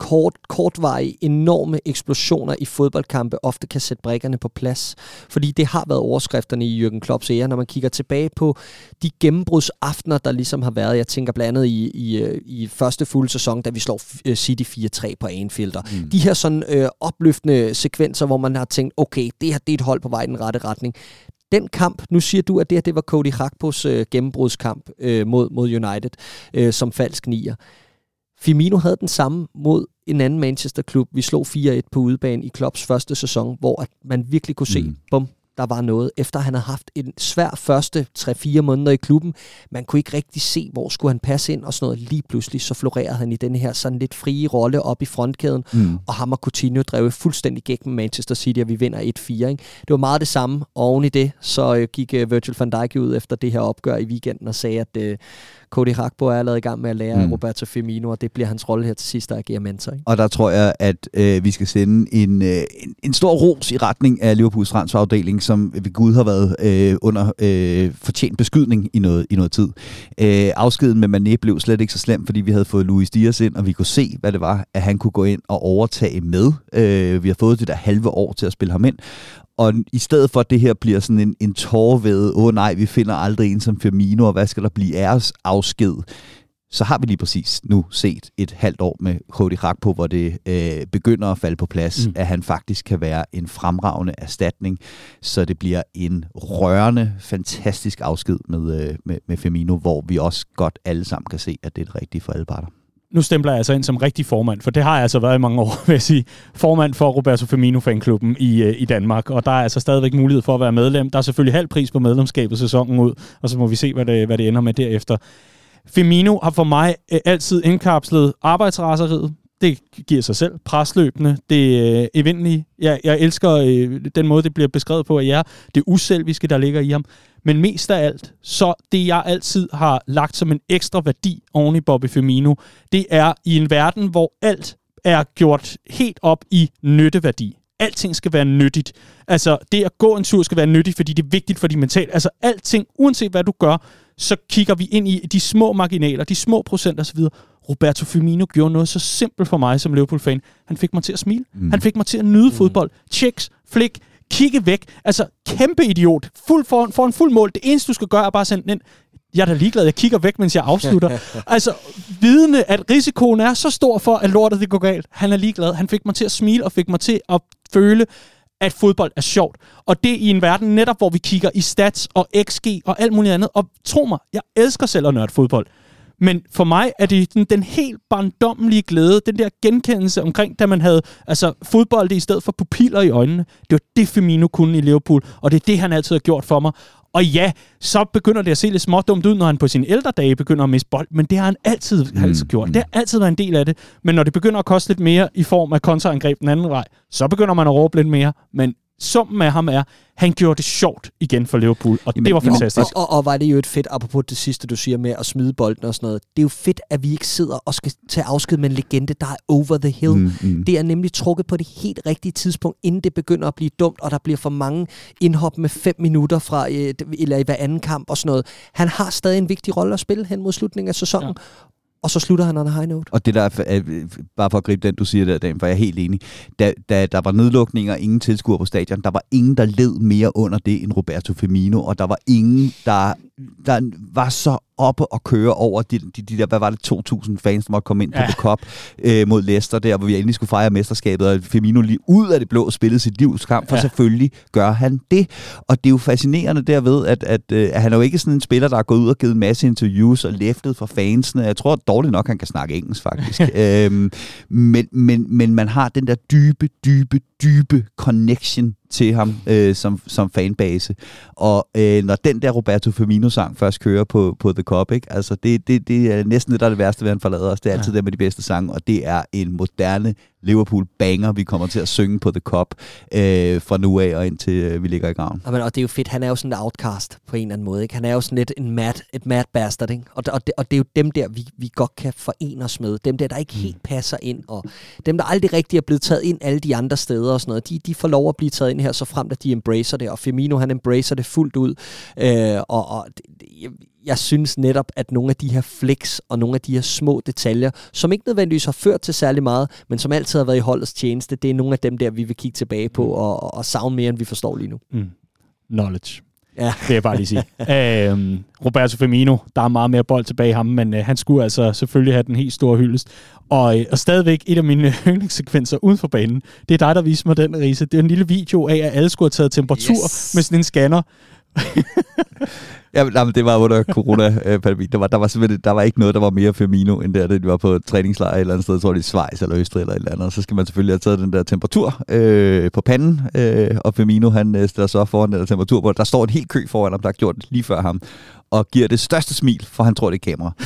kort, kortvarige, enorme eksplosioner i fodboldkampe ofte kan sætte brikkerne på plads. Fordi det har været overskrifterne i Jürgen Klopps ære, når man kigger tilbage på de gennembrudsaftener, der ligesom har været. Jeg tænker blandt andet i, i, i første fulde sæson, da vi slår City fire tre på Anfield. Mm. De her sådan øh, opløftende sekvenser, hvor man har tænkt, okay, det her det er et hold på vej i den rette retning. Den kamp, nu siger du, at det her det var Cody Gakpos øh, gennembrudskamp øh, mod, mod United øh, som falsk nier. Firmino havde den samme mod en anden Manchester-klub. Vi slog fire et på udebane i Klopps første sæson, hvor at man virkelig kunne se, mm. bum, der var noget. Efter han havde haft en svær første tre fire måneder i klubben, man kunne ikke rigtig se, hvor skulle han passe ind og sådan noget. Lige pludselig så florerede han i den her sådan lidt frie rolle op i frontkæden, mm. og ham og Coutinho drev fuldstændig gæk med Manchester City, og vi vinder et fire. Ikke? Det var meget det samme, og oven i det, så øh, gik øh, Virgil van Dijk ud efter det her opgør i weekenden og sagde, at øh, Cody Gakpo er allerede i gang med at lære mm. Roberto Firmino, og det bliver hans rolle her til sidst, at agere mentor. Ikke? Og der tror jeg, at øh, vi skal sende en, øh, en, en stor ros i retning af Liverpools transferafdeling, som ved Gud har været øh, under øh, fortjent beskydning i noget, i noget tid. Øh, afskeden med Mané blev slet ikke så slem, fordi vi havde fået Luis Diaz ind, og vi kunne se, hvad det var, at han kunne gå ind og overtage med. Øh, vi har fået det der halve år til at spille ham ind. Og i stedet for, at det her bliver sådan en, en tårvede, åh oh, nej, vi finder aldrig en som Firmino, og hvad skal der blive af os afsked, så har vi lige præcis nu set et halvt år med Cody Gakpo, hvor det øh, begynder at falde på plads, mm. at han faktisk kan være en fremragende erstatning, så det bliver en rørende, fantastisk afsked med, øh, med, med Firmino, hvor vi også godt alle sammen kan se, at det er det rigtige for alle parter. Nu stempler jeg altså ind som rigtig formand, for det har jeg altså været i mange år, vil jeg sige. Formand for Roberto Firmino-fanklubben i, i Danmark, og der er altså stadigvæk mulighed for at være medlem. Der er selvfølgelig halv pris på medlemskabet sæsonen ud, og så må vi se, hvad det, hvad det ender med derefter. Firmino har for mig øh, altid indkapslet arbejdsraseriet. Det giver sig selv. Presløbende. Det øh, evindelige. Jeg, jeg elsker øh, den måde, det bliver beskrevet på af jer. Det uselviske, der ligger i ham. Men mest af alt, så det jeg altid har lagt som en ekstra værdi oven i Bobby Firmino, det er i en verden, hvor alt er gjort helt op i nytteværdi. Alting skal være nyttigt. Altså, det at gå en tur skal være nyttigt, fordi det er vigtigt for de mentale. Altså, alting, uanset hvad du gør, så kigger vi ind i de små marginaler, de små procenter osv. Roberto Firmino gjorde noget så simpelt for mig som Liverpool-fan. Han fik mig til at smile. Mm. Han fik mig til at nyde mm. fodbold. Checks, flik, kigge væk. Altså, kæmpe idiot. Fuld for, for en fuld mål. Det eneste, du skal gøre, er bare sende ind. Jeg er da ligeglad. Jeg kigger væk, mens jeg afslutter. Altså, vidende, at risikoen er så stor for, at lortet det går galt. Han er ligeglad. Han fik mig til at smile og fik mig til at føle, at fodbold er sjovt. Og det i en verden netop, hvor vi kigger i stats og X G og alt muligt andet. Og tro mig, jeg elsker selv at nørde fodbold. Men for mig er det den, den helt barndommelige glæde, den der genkendelse omkring, da man havde altså, fodbold i stedet for pupiller i øjnene. Det var det, Firmino kunne i Liverpool, og det er det, han altid har gjort for mig. Og ja, så begynder det at se lidt smådumt ud, når han på sine ældre dage begynder at miste bold, men det har han altid, mm. altid gjort. Det har altid været en del af det. Men når det begynder at koste lidt mere i form af kontraangreb den anden vej, så begynder man at råbe lidt mere. Men summen af ham er, han gjorde det sjovt igen for Liverpool, og jamen, det var fantastisk. Og, og, og var det jo et fedt, apropos det sidste, du siger med at smide bolden og sådan noget. Det er jo fedt, at vi ikke sidder og skal tage afsked med en legende, der er over the hill. Mm, mm. Det er nemlig trukket på det helt rigtige tidspunkt, inden det begynder at blive dumt, og der bliver for mange indhop med fem minutter fra, eller i hver anden kamp og sådan noget. Han har stadig en vigtig rolle at spille hen mod slutningen af sæsonen. Ja. Og så slutter han on a high note. Og det der, er, bare for at gribe den, du siger der, Dan, for jeg er helt enig. Da, da der var nedlukninger, ingen tilskuere på stadion, der var ingen, der led mere under det end Roberto Firmino, og der var ingen, der, der var så oppe og køre over de, de, de der, hvad var det, to tusind fans, der måtte komme ind på ja. The Cup øh, mod Leicester, der hvor vi endelig skulle fejre mesterskabet, og Firmino lige ud af det blå spillede sit livskamp, for ja. Selvfølgelig gør han det. Og det er jo fascinerende derved, at, at, at, at han er jo ikke sådan en spiller, der er gået ud og givet en masse interviews og læftet for fansene. Jeg tror dårligt nok, han kan snakke engelsk faktisk. øhm, men, men, men man har den der dybe, dybe, dybe connection til ham øh, som, som fanbase. Og øh, når den der Roberto Firmino-sang først kører på, på The Cup, ikke? Altså det, det, det er næsten det, der er det værste ved, at han forlader os. Det er altid ja. det med de bedste sange, og det er en moderne Liverpool-banger, vi kommer til at synge på The Cup øh, fra nu af og indtil øh, vi ligger i graven. Jamen, og det er jo fedt, han er jo sådan en outcast på en eller anden måde, ikke? Han er jo sådan lidt en mad, et mad bastard, ikke? Og, og, det, og det er jo dem der, vi, vi godt kan forene os med. Dem der, der ikke helt passer ind, og dem, der aldrig rigtig er blevet taget ind alle de andre steder og sådan noget, de, de får lov at blive taget ind her, så frem at de embracer det, og Firmino, han embracer det fuldt ud. Øh, og og det, jeg synes netop, at nogle af de her flicks og nogle af de her små detaljer, som ikke nødvendigvis har ført til særlig meget, men som altid har været i holdets tjeneste, det er nogle af dem der, vi vil kigge tilbage på og, og, og savne mere, end vi forstår lige nu. Mm. Knowledge. Ja. Det vil jeg bare lige sige. øhm, Roberto Firmino, der er meget mere bold tilbage i ham, men øh, han skulle altså selvfølgelig have den helt store hyldest. Og, øh, og stadigvæk et af mine yndlingssekvenser uden for banen, det er dig, der viser mig den, Riese. Det er en lille video af, at alle skulle have taget temperatur yes. med sådan en scanner. Ja, men det var under corona-pandemien. Der var, der var simpelthen der var ikke noget, der var mere Firmino, end der, det var på træningslejr et eller andet sted. Jeg tror, det er Schweiz eller Østrig eller et eller andet. Og så skal man selvfølgelig have taget den der temperatur øh, på panden. Øh, og Firmino, han øh, stiller sig foran den der temperatur på. Der står en helt kø foran ham, der har gjort det lige før ham. Og giver det største smil, for han tror, det er kamera.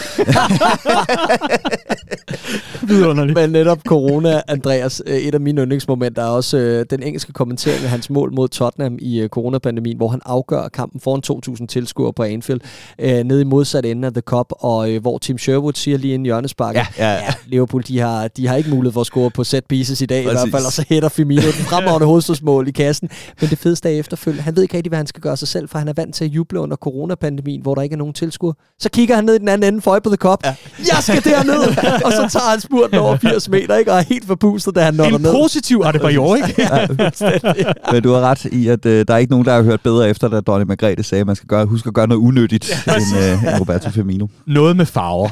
Vidunderligt. Men netop corona, Andreas, et af mine yndlingsmomenter er også øh, den engelske kommentering af hans mål mod Tottenham i øh, coronapandemien, hvor han afgør kampen foran to tusind tilskuere på Anfield, øh, nede i modsat ende af The Cup, og øh, hvor Tim Sherwood siger lige inden hjørnesparket, ja, ja, ja. ja, Liverpool, de har, de har ikke mulighed for at score på set pieces i dag, Præcis. I hvert fald, og så hætter Firmino den fremragende hovedstødsmål i kassen. Men det fedeste er efterfølgende, han ved ikke rigtig, hvad han skal gøre sig selv, for han er vant til at juble under coronapandemien, hvor der ikke er nogen tilskuere. Så kigger han ned i den anden ende for på The Cup. Ja. Jeg skal derned! Og så tager han spurten over firs meter, ikke? Og er helt forpustet, da han når derned. En positiv Adebayor, ikke? Ja. Men du har ret i, at øh, der er ikke nogen, der har hørt bedre efter, da Donny Margrethe sagde, at man skal gøre, huske at gøre noget unødigt ja, end, øh, end Roberto Firmino. Noget med farver.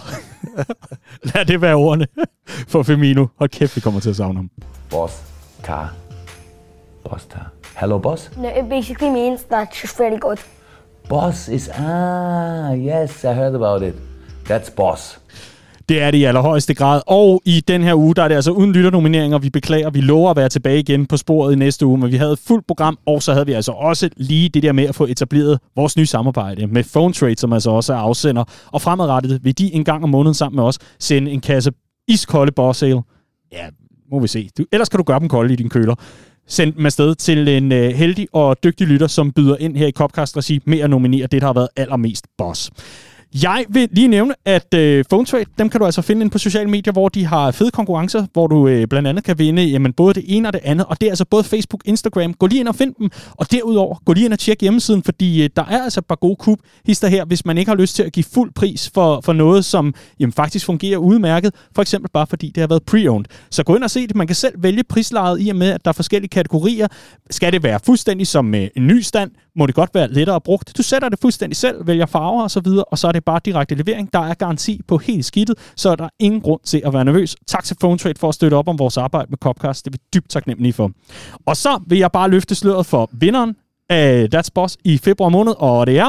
Lad det være ordene for Firmino. Hold kæft, vi kommer til at savne ham. Boss car. Boss car. Hello, boss? No, it basically means that's just very good. Boss is, ah, yes, I heard about it. That's boss. Det er det i allerhøjeste grad. Og i den her uge, der er det altså uden lytternomineringer. Vi beklager, vi lover at være tilbage igen på sporet i næste uge, men vi havde et fuldt program, og så havde vi altså også lige det der med at få etableret vores nye samarbejde med Phone Trade, som altså også er afsender. Og fremadrettet vil de en gang om måneden sammen med os sende en kasse iskolde Boss Ale. Ja, må vi se. Du, ellers kan du gøre dem kolde i din køler. Send dem afsted til en uh, heldig og dygtig lytter, som byder ind her i Copcast-regi med at nominere det, der har været allermest boss. Jeg vil lige nævne, at øh, Phone Trade, dem kan du altså finde inde på sociale medier, hvor de har fede konkurrencer, hvor du øh, blandt andet kan vinde jamen, både det ene og det andet, og det er altså både Facebook, Instagram. Gå lige ind og find dem, og derudover gå lige ind og tjek hjemmesiden, fordi øh, der er altså et par gode kubhister her, hvis man ikke har lyst til at give fuld pris for, for noget, som jamen, faktisk fungerer udmærket, for eksempel bare fordi det har været pre-owned. Så gå ind og se det. Man kan selv vælge prislejet i og med, at der er forskellige kategorier. Skal det være fuldstændig som øh, en ny stand, må det godt være lettere brugt. Du sætter det fuldstændig selv, vælger farver og så videre, og så er det bare direkte levering. Der er garanti på helt skidtet, så er der ingen grund til at være nervøs. Tak til Phone Trade for at støtte op om vores arbejde med Copcast. Det er vi dybt taknemmelige for. Og så vil jeg bare løfte sløret for vinderen af That's Boss i februar måned, og det er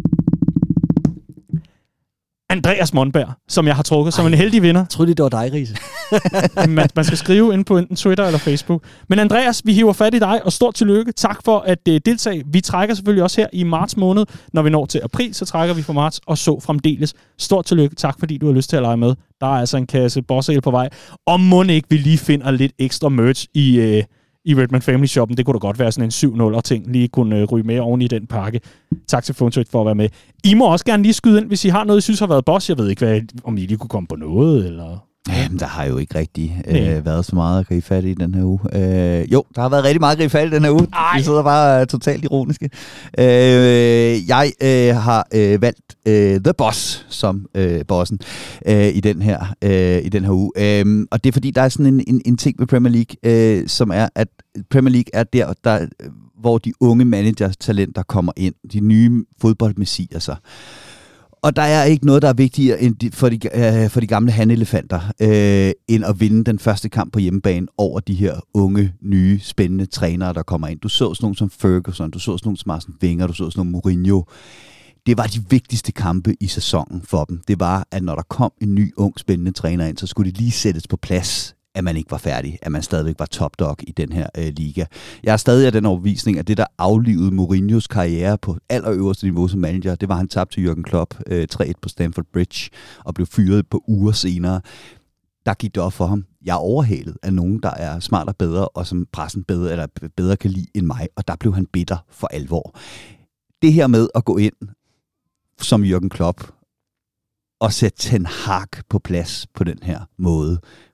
Andreas Monberg, som jeg har trukket Ej, som en heldig vinder. Jeg troede, det var dig, Riese. man, man skal skrive ind på enten Twitter eller Facebook. Men Andreas, vi hiver fat i dig, og stort tillykke. Tak for at uh, deltage. Vi trækker selvfølgelig også her i marts måned. Når vi når til april, så trækker vi for marts, og så fremdeles. Stort tillykke. Tak fordi du har lyst til at lege med. Der er altså en kasse Boss Ale på vej. Og må ikke vi lige finder lidt ekstra merch i... Uh, i Redman Family Shoppen. Det kunne da godt være sådan en syv nul og ting lige kunne øh, ryge med oven i den pakke. Tak til Phone Trade for at være med. I må også gerne lige skyde ind, hvis I har noget, I synes har været boss. Jeg ved ikke, hvad, om I lige kunne komme på noget, eller... Jamen, der har jo ikke rigtig øh, været så meget at gribe fat i den her uge. Øh, jo, der har været rigtig meget at gribe fat i den her uge. Ej. Vi sidder bare uh, totalt ironiske. Øh, jeg øh, har øh, valgt øh, The Boss som øh, bossen øh, i, den her, øh, i den her uge. Øh, og det er fordi, der er sådan en, en, en ting med Premier League, øh, som er, at Premier League er der, der hvor de unge managertalenter kommer ind. De nye fodboldmessier sig. Og der er ikke noget, der er vigtigere end de, for, de, øh, for de gamle hanelefanter, øh, end at vinde den første kamp på hjemmebane over de her unge, nye, spændende trænere, der kommer ind. Du så sådan nogle som Ferguson, du så sådan nogle som Arsene Wenger, du så sådan nogle Mourinho. Det var de vigtigste kampe i sæsonen for dem. Det var, at når der kom en ny, ung, spændende træner ind, så skulle det lige sættes på plads, at man ikke var færdig, at man stadigvæk var top dog i den her øh, liga. Jeg er stadig af den overbevisning, at det, der aflivede Mourinhos karriere på allerøverste niveau som manager, det var, han tabte til Jürgen Klopp øh, tre et på Stamford Bridge og blev fyret på uger senere. Der gik det op for ham. Jeg er overhalet af nogen, der er smart og bedre, og som pressen bedre, eller bedre kan lide end mig, og der blev han bitter for alvor. Det her med at gå ind som Jürgen Klopp og sætte Ten Hag på plads på den her måde,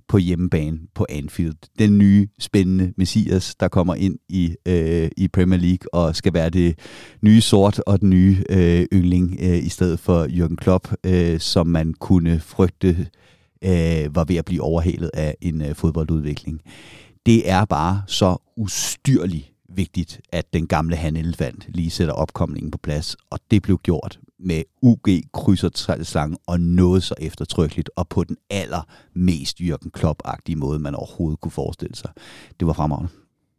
på hjemmebane på Anfield. Den nye, spændende Messias, der kommer ind i, øh, i Premier League og skal være det nye sort og den nye øh, yndling øh, i stedet for Jürgen Klopp, øh, som man kunne frygte øh, var ved at blive overhalet af en øh, fodboldudvikling. Det er bare så ustyrligt vigtigt, at den gamle hanelefant lige sætter opkomlingen på plads, og det blev gjort med U G krydserslang og noget så eftertrykkeligt, og på den allermest Jürgen Klopp-agtige måde, man overhovedet kunne forestille sig. Det var fremragende.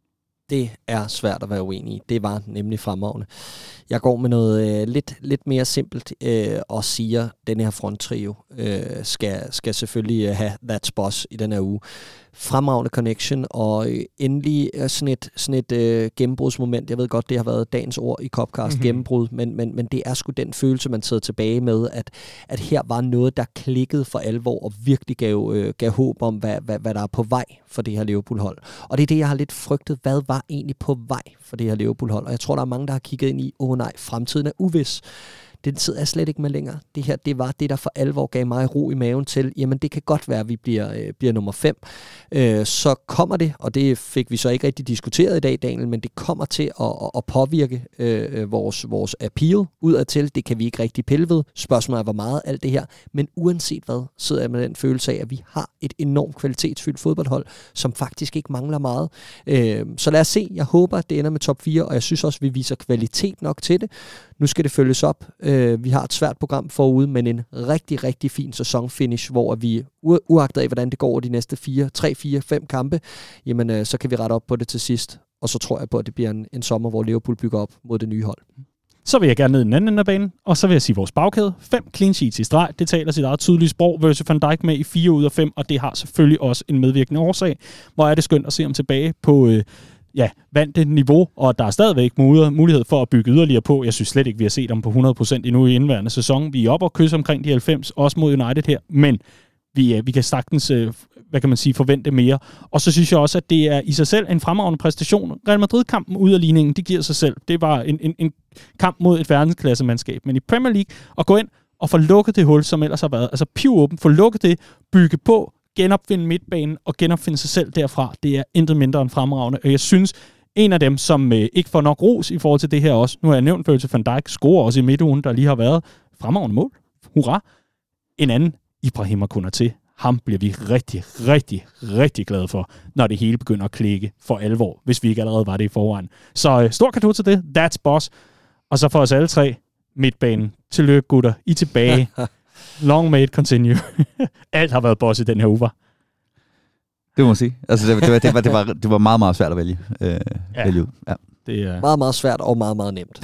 Det er svært at være uenig i. Det var nemlig fremragende. Jeg går med noget øh, lidt, lidt mere simpelt øh, og siger, at denne her fronttrio øh, skal, skal selvfølgelig have That's Boss i den her uge. Fremragende connection, og øh, endelig øh, sådan et, sådan et øh, gennembrudsmoment. Jeg ved godt, det har været dagens ord i Copcast, mm-hmm. gennembrud, men, men, men det er sgu den følelse, man sidder tilbage med, at, at her var noget, der klikkede for alvor og virkelig gav, øh, gav håb om, hvad, hvad, hvad der er på vej for det her Liverpool-hold. Og det er det, jeg har lidt frygtet. Hvad var egentlig på vej for det her Liverpool-hold? Og jeg tror, der er mange, der har kigget ind i, åh oh, nej, fremtiden er uvis. Det sidder jeg slet ikke med længere. Det her, det var det, der for alvor gav mig ro i maven til, jamen det kan godt være, at vi bliver, øh, bliver nummer fem. Øh, så kommer det, og det fik vi så ikke rigtig diskuteret i dag, Daniel, men det kommer til at, at påvirke øh, vores, vores appeal udadtil. Det kan vi ikke rigtig pille ved. Spørgsmålet er, hvor meget alt det her. Men uanset hvad, sidder jeg med den følelse af, at vi har et enormt kvalitetsfyldt fodboldhold, som faktisk ikke mangler meget. Øh, så lad os se. Jeg håber, at det ender med top fire, og jeg synes også, at vi viser kvalitet nok til det. Nu skal det følges op. Uh, vi har et svært program forude, men en rigtig, rigtig fin sæsonfinish, hvor vi u- uagtet af, hvordan det går over de næste fire, tre, fire, fem kampe, jamen uh, så kan vi rette op på det til sidst. Og så tror jeg på, at det bliver en, en sommer, hvor Liverpool bygger op mod det nye hold. Så vil jeg gerne ned i den anden ende af banen, og så vil jeg sige vores bagkæde. Fem clean sheets i streg. Det taler sit eget tydelige sprog. Virgil van Dijk med i fire ud af fem, og det har selvfølgelig også en medvirkende årsag. Hvor er det skønt at se ham tilbage på øh, ja, vante niveau, og der er stadigvæk mulighed for at bygge yderligere på. Jeg synes slet ikke, vi har set ham på hundrede procent endnu i indværende sæson. Vi er oppe og kysse omkring de halvfems, også mod United her, men vi, øh, vi kan sagtens, hvad kan man sige, forvente mere. Og så synes jeg også, at det er i sig selv en fremragende præstation. Real Madrid-kampen ud af ligningen, det giver sig selv. Det var en, en, en kamp mod et verdensklassemandskab. Men i Premier League, at gå ind og få lukket det hul, som ellers har været, altså pivåben, få lukket det, bygge på, genopfinde midtbanen og genopfinde sig selv derfra, det er intet mindre end fremragende. Og jeg synes, en af dem, som øh, ikke får nok ros i forhold til det her også, nu har jeg nævnt Virgil van Dijk, scorer også i midtugen, der lige har været fremragende mål. Hurra! En anden, Ibrahima Konaté. Ham bliver vi rigtig, rigtig, rigtig glade for, når det hele begynder at klikke for alvor, hvis vi ikke allerede var det i forvejen. Så øh, stor cadeau til det. That's boss. Og så for os alle tre, midtbanen. Tillykke, gutter. I er tilbage. Long may it continue. Alt har været boss i den her uge, var. Det må man sige. Altså, det, det, var, det, var, det, var, det var meget, meget svært at vælge, øh, ja. vælge ud. Ja. Det er meget, meget svært og meget, meget nemt.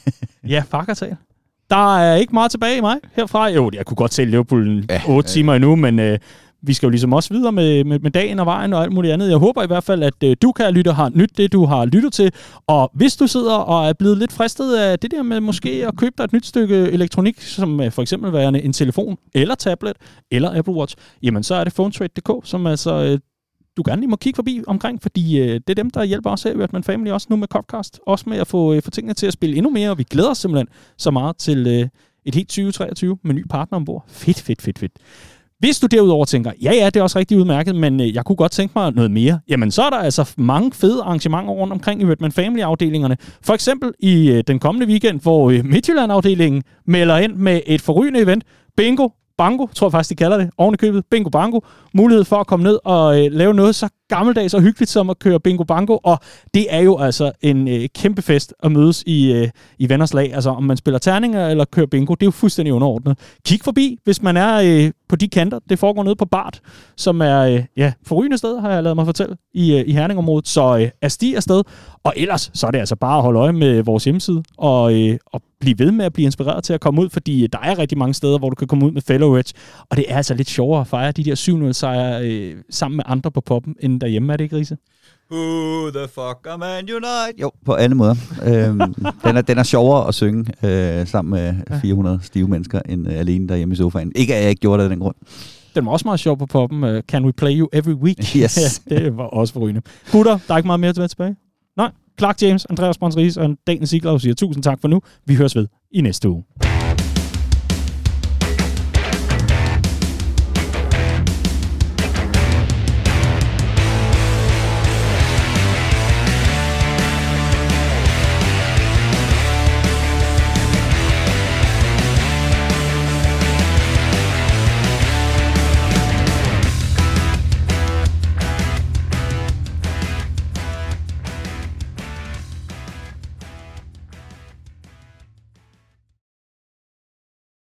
Ja, fakkertal. Der er ikke meget tilbage i mig herfra. Jo, jeg kunne godt se Liverpool ja, otte ja. timer endnu, men øh, vi skal jo ligesom også videre med, med, med dagen og vejen og alt muligt andet. Jeg håber i hvert fald, at øh, du, kære lytter, har nyt det, du har lyttet til. Og hvis du sidder og er blevet lidt fristet af det der med måske at købe dig et nyt stykke elektronik, som øh, for eksempel værende en telefon eller tablet eller Apple Watch, jamen så er det phonetrade punktum d k, som altså øh, du gerne lige må kigge forbi omkring, fordi øh, det er dem, der hjælper os her i Redman Family, også nu med Copcast, også med at få, øh, få tingene til at spille endnu mere, og vi glæder os simpelthen så meget til øh, et helt tyve treogtyve med ny partner ombord. Fedt, fedt, fedt, fedt. Hvis du derudover tænker, ja, ja, det er også rigtig udmærket, men øh, jeg kunne godt tænke mig noget mere, jamen så er der altså mange fede arrangementer rundt omkring i Redman Family-afdelingerne. For eksempel i øh, den kommende weekend, hvor øh, Midtjylland-afdelingen melder ind med et forrygende event. Bingo, bango, tror jeg faktisk, de kalder det, oven i købet, bingo bango, mulighed for at komme ned og øh, lave noget så gammeldags og hyggeligt som at køre bingo bango, og det er jo altså en øh, kæmpe fest at mødes i, øh, i venners lag, altså om man spiller terninger eller kører bingo, det er jo fuldstændig underordnet. Kig forbi, hvis man er øh, på de kanter, det foregår nede på Bart, som er øh, ja, forrygende sted, har jeg lavet mig fortælle, i, øh, i Herningområdet, så øh, er sti afsted, og ellers så er det altså bare at holde øje med vores hjemmeside, og, øh, og blive ved med at blive inspireret til at komme ud, fordi der er rigtig mange steder, hvor du kan komme ud med fellow Reds, og det er altså lidt sjovere at fejre de der syv nul sejre øh, sammen med andre på poppen, end derhjemme, er det ikke, Riese? Who the fuck are Man United? Jo, på alle måder. øhm, den, er, den er sjovere at synge øh, sammen med fire hundrede stive mennesker, end øh, alene derhjemme i sofaen. Ikke at jeg ikke gjorde det af den grund. Den var også meget sjov på poppen. Uh, Can we play you every week? Yes. Det var også forrygende. Gutter, der er ikke meget mere til at tilbage. Nej, Clark James, Andreas Brøns Riise og Daniel Siglau siger tusind tak for nu. Vi høres ved i næste uge.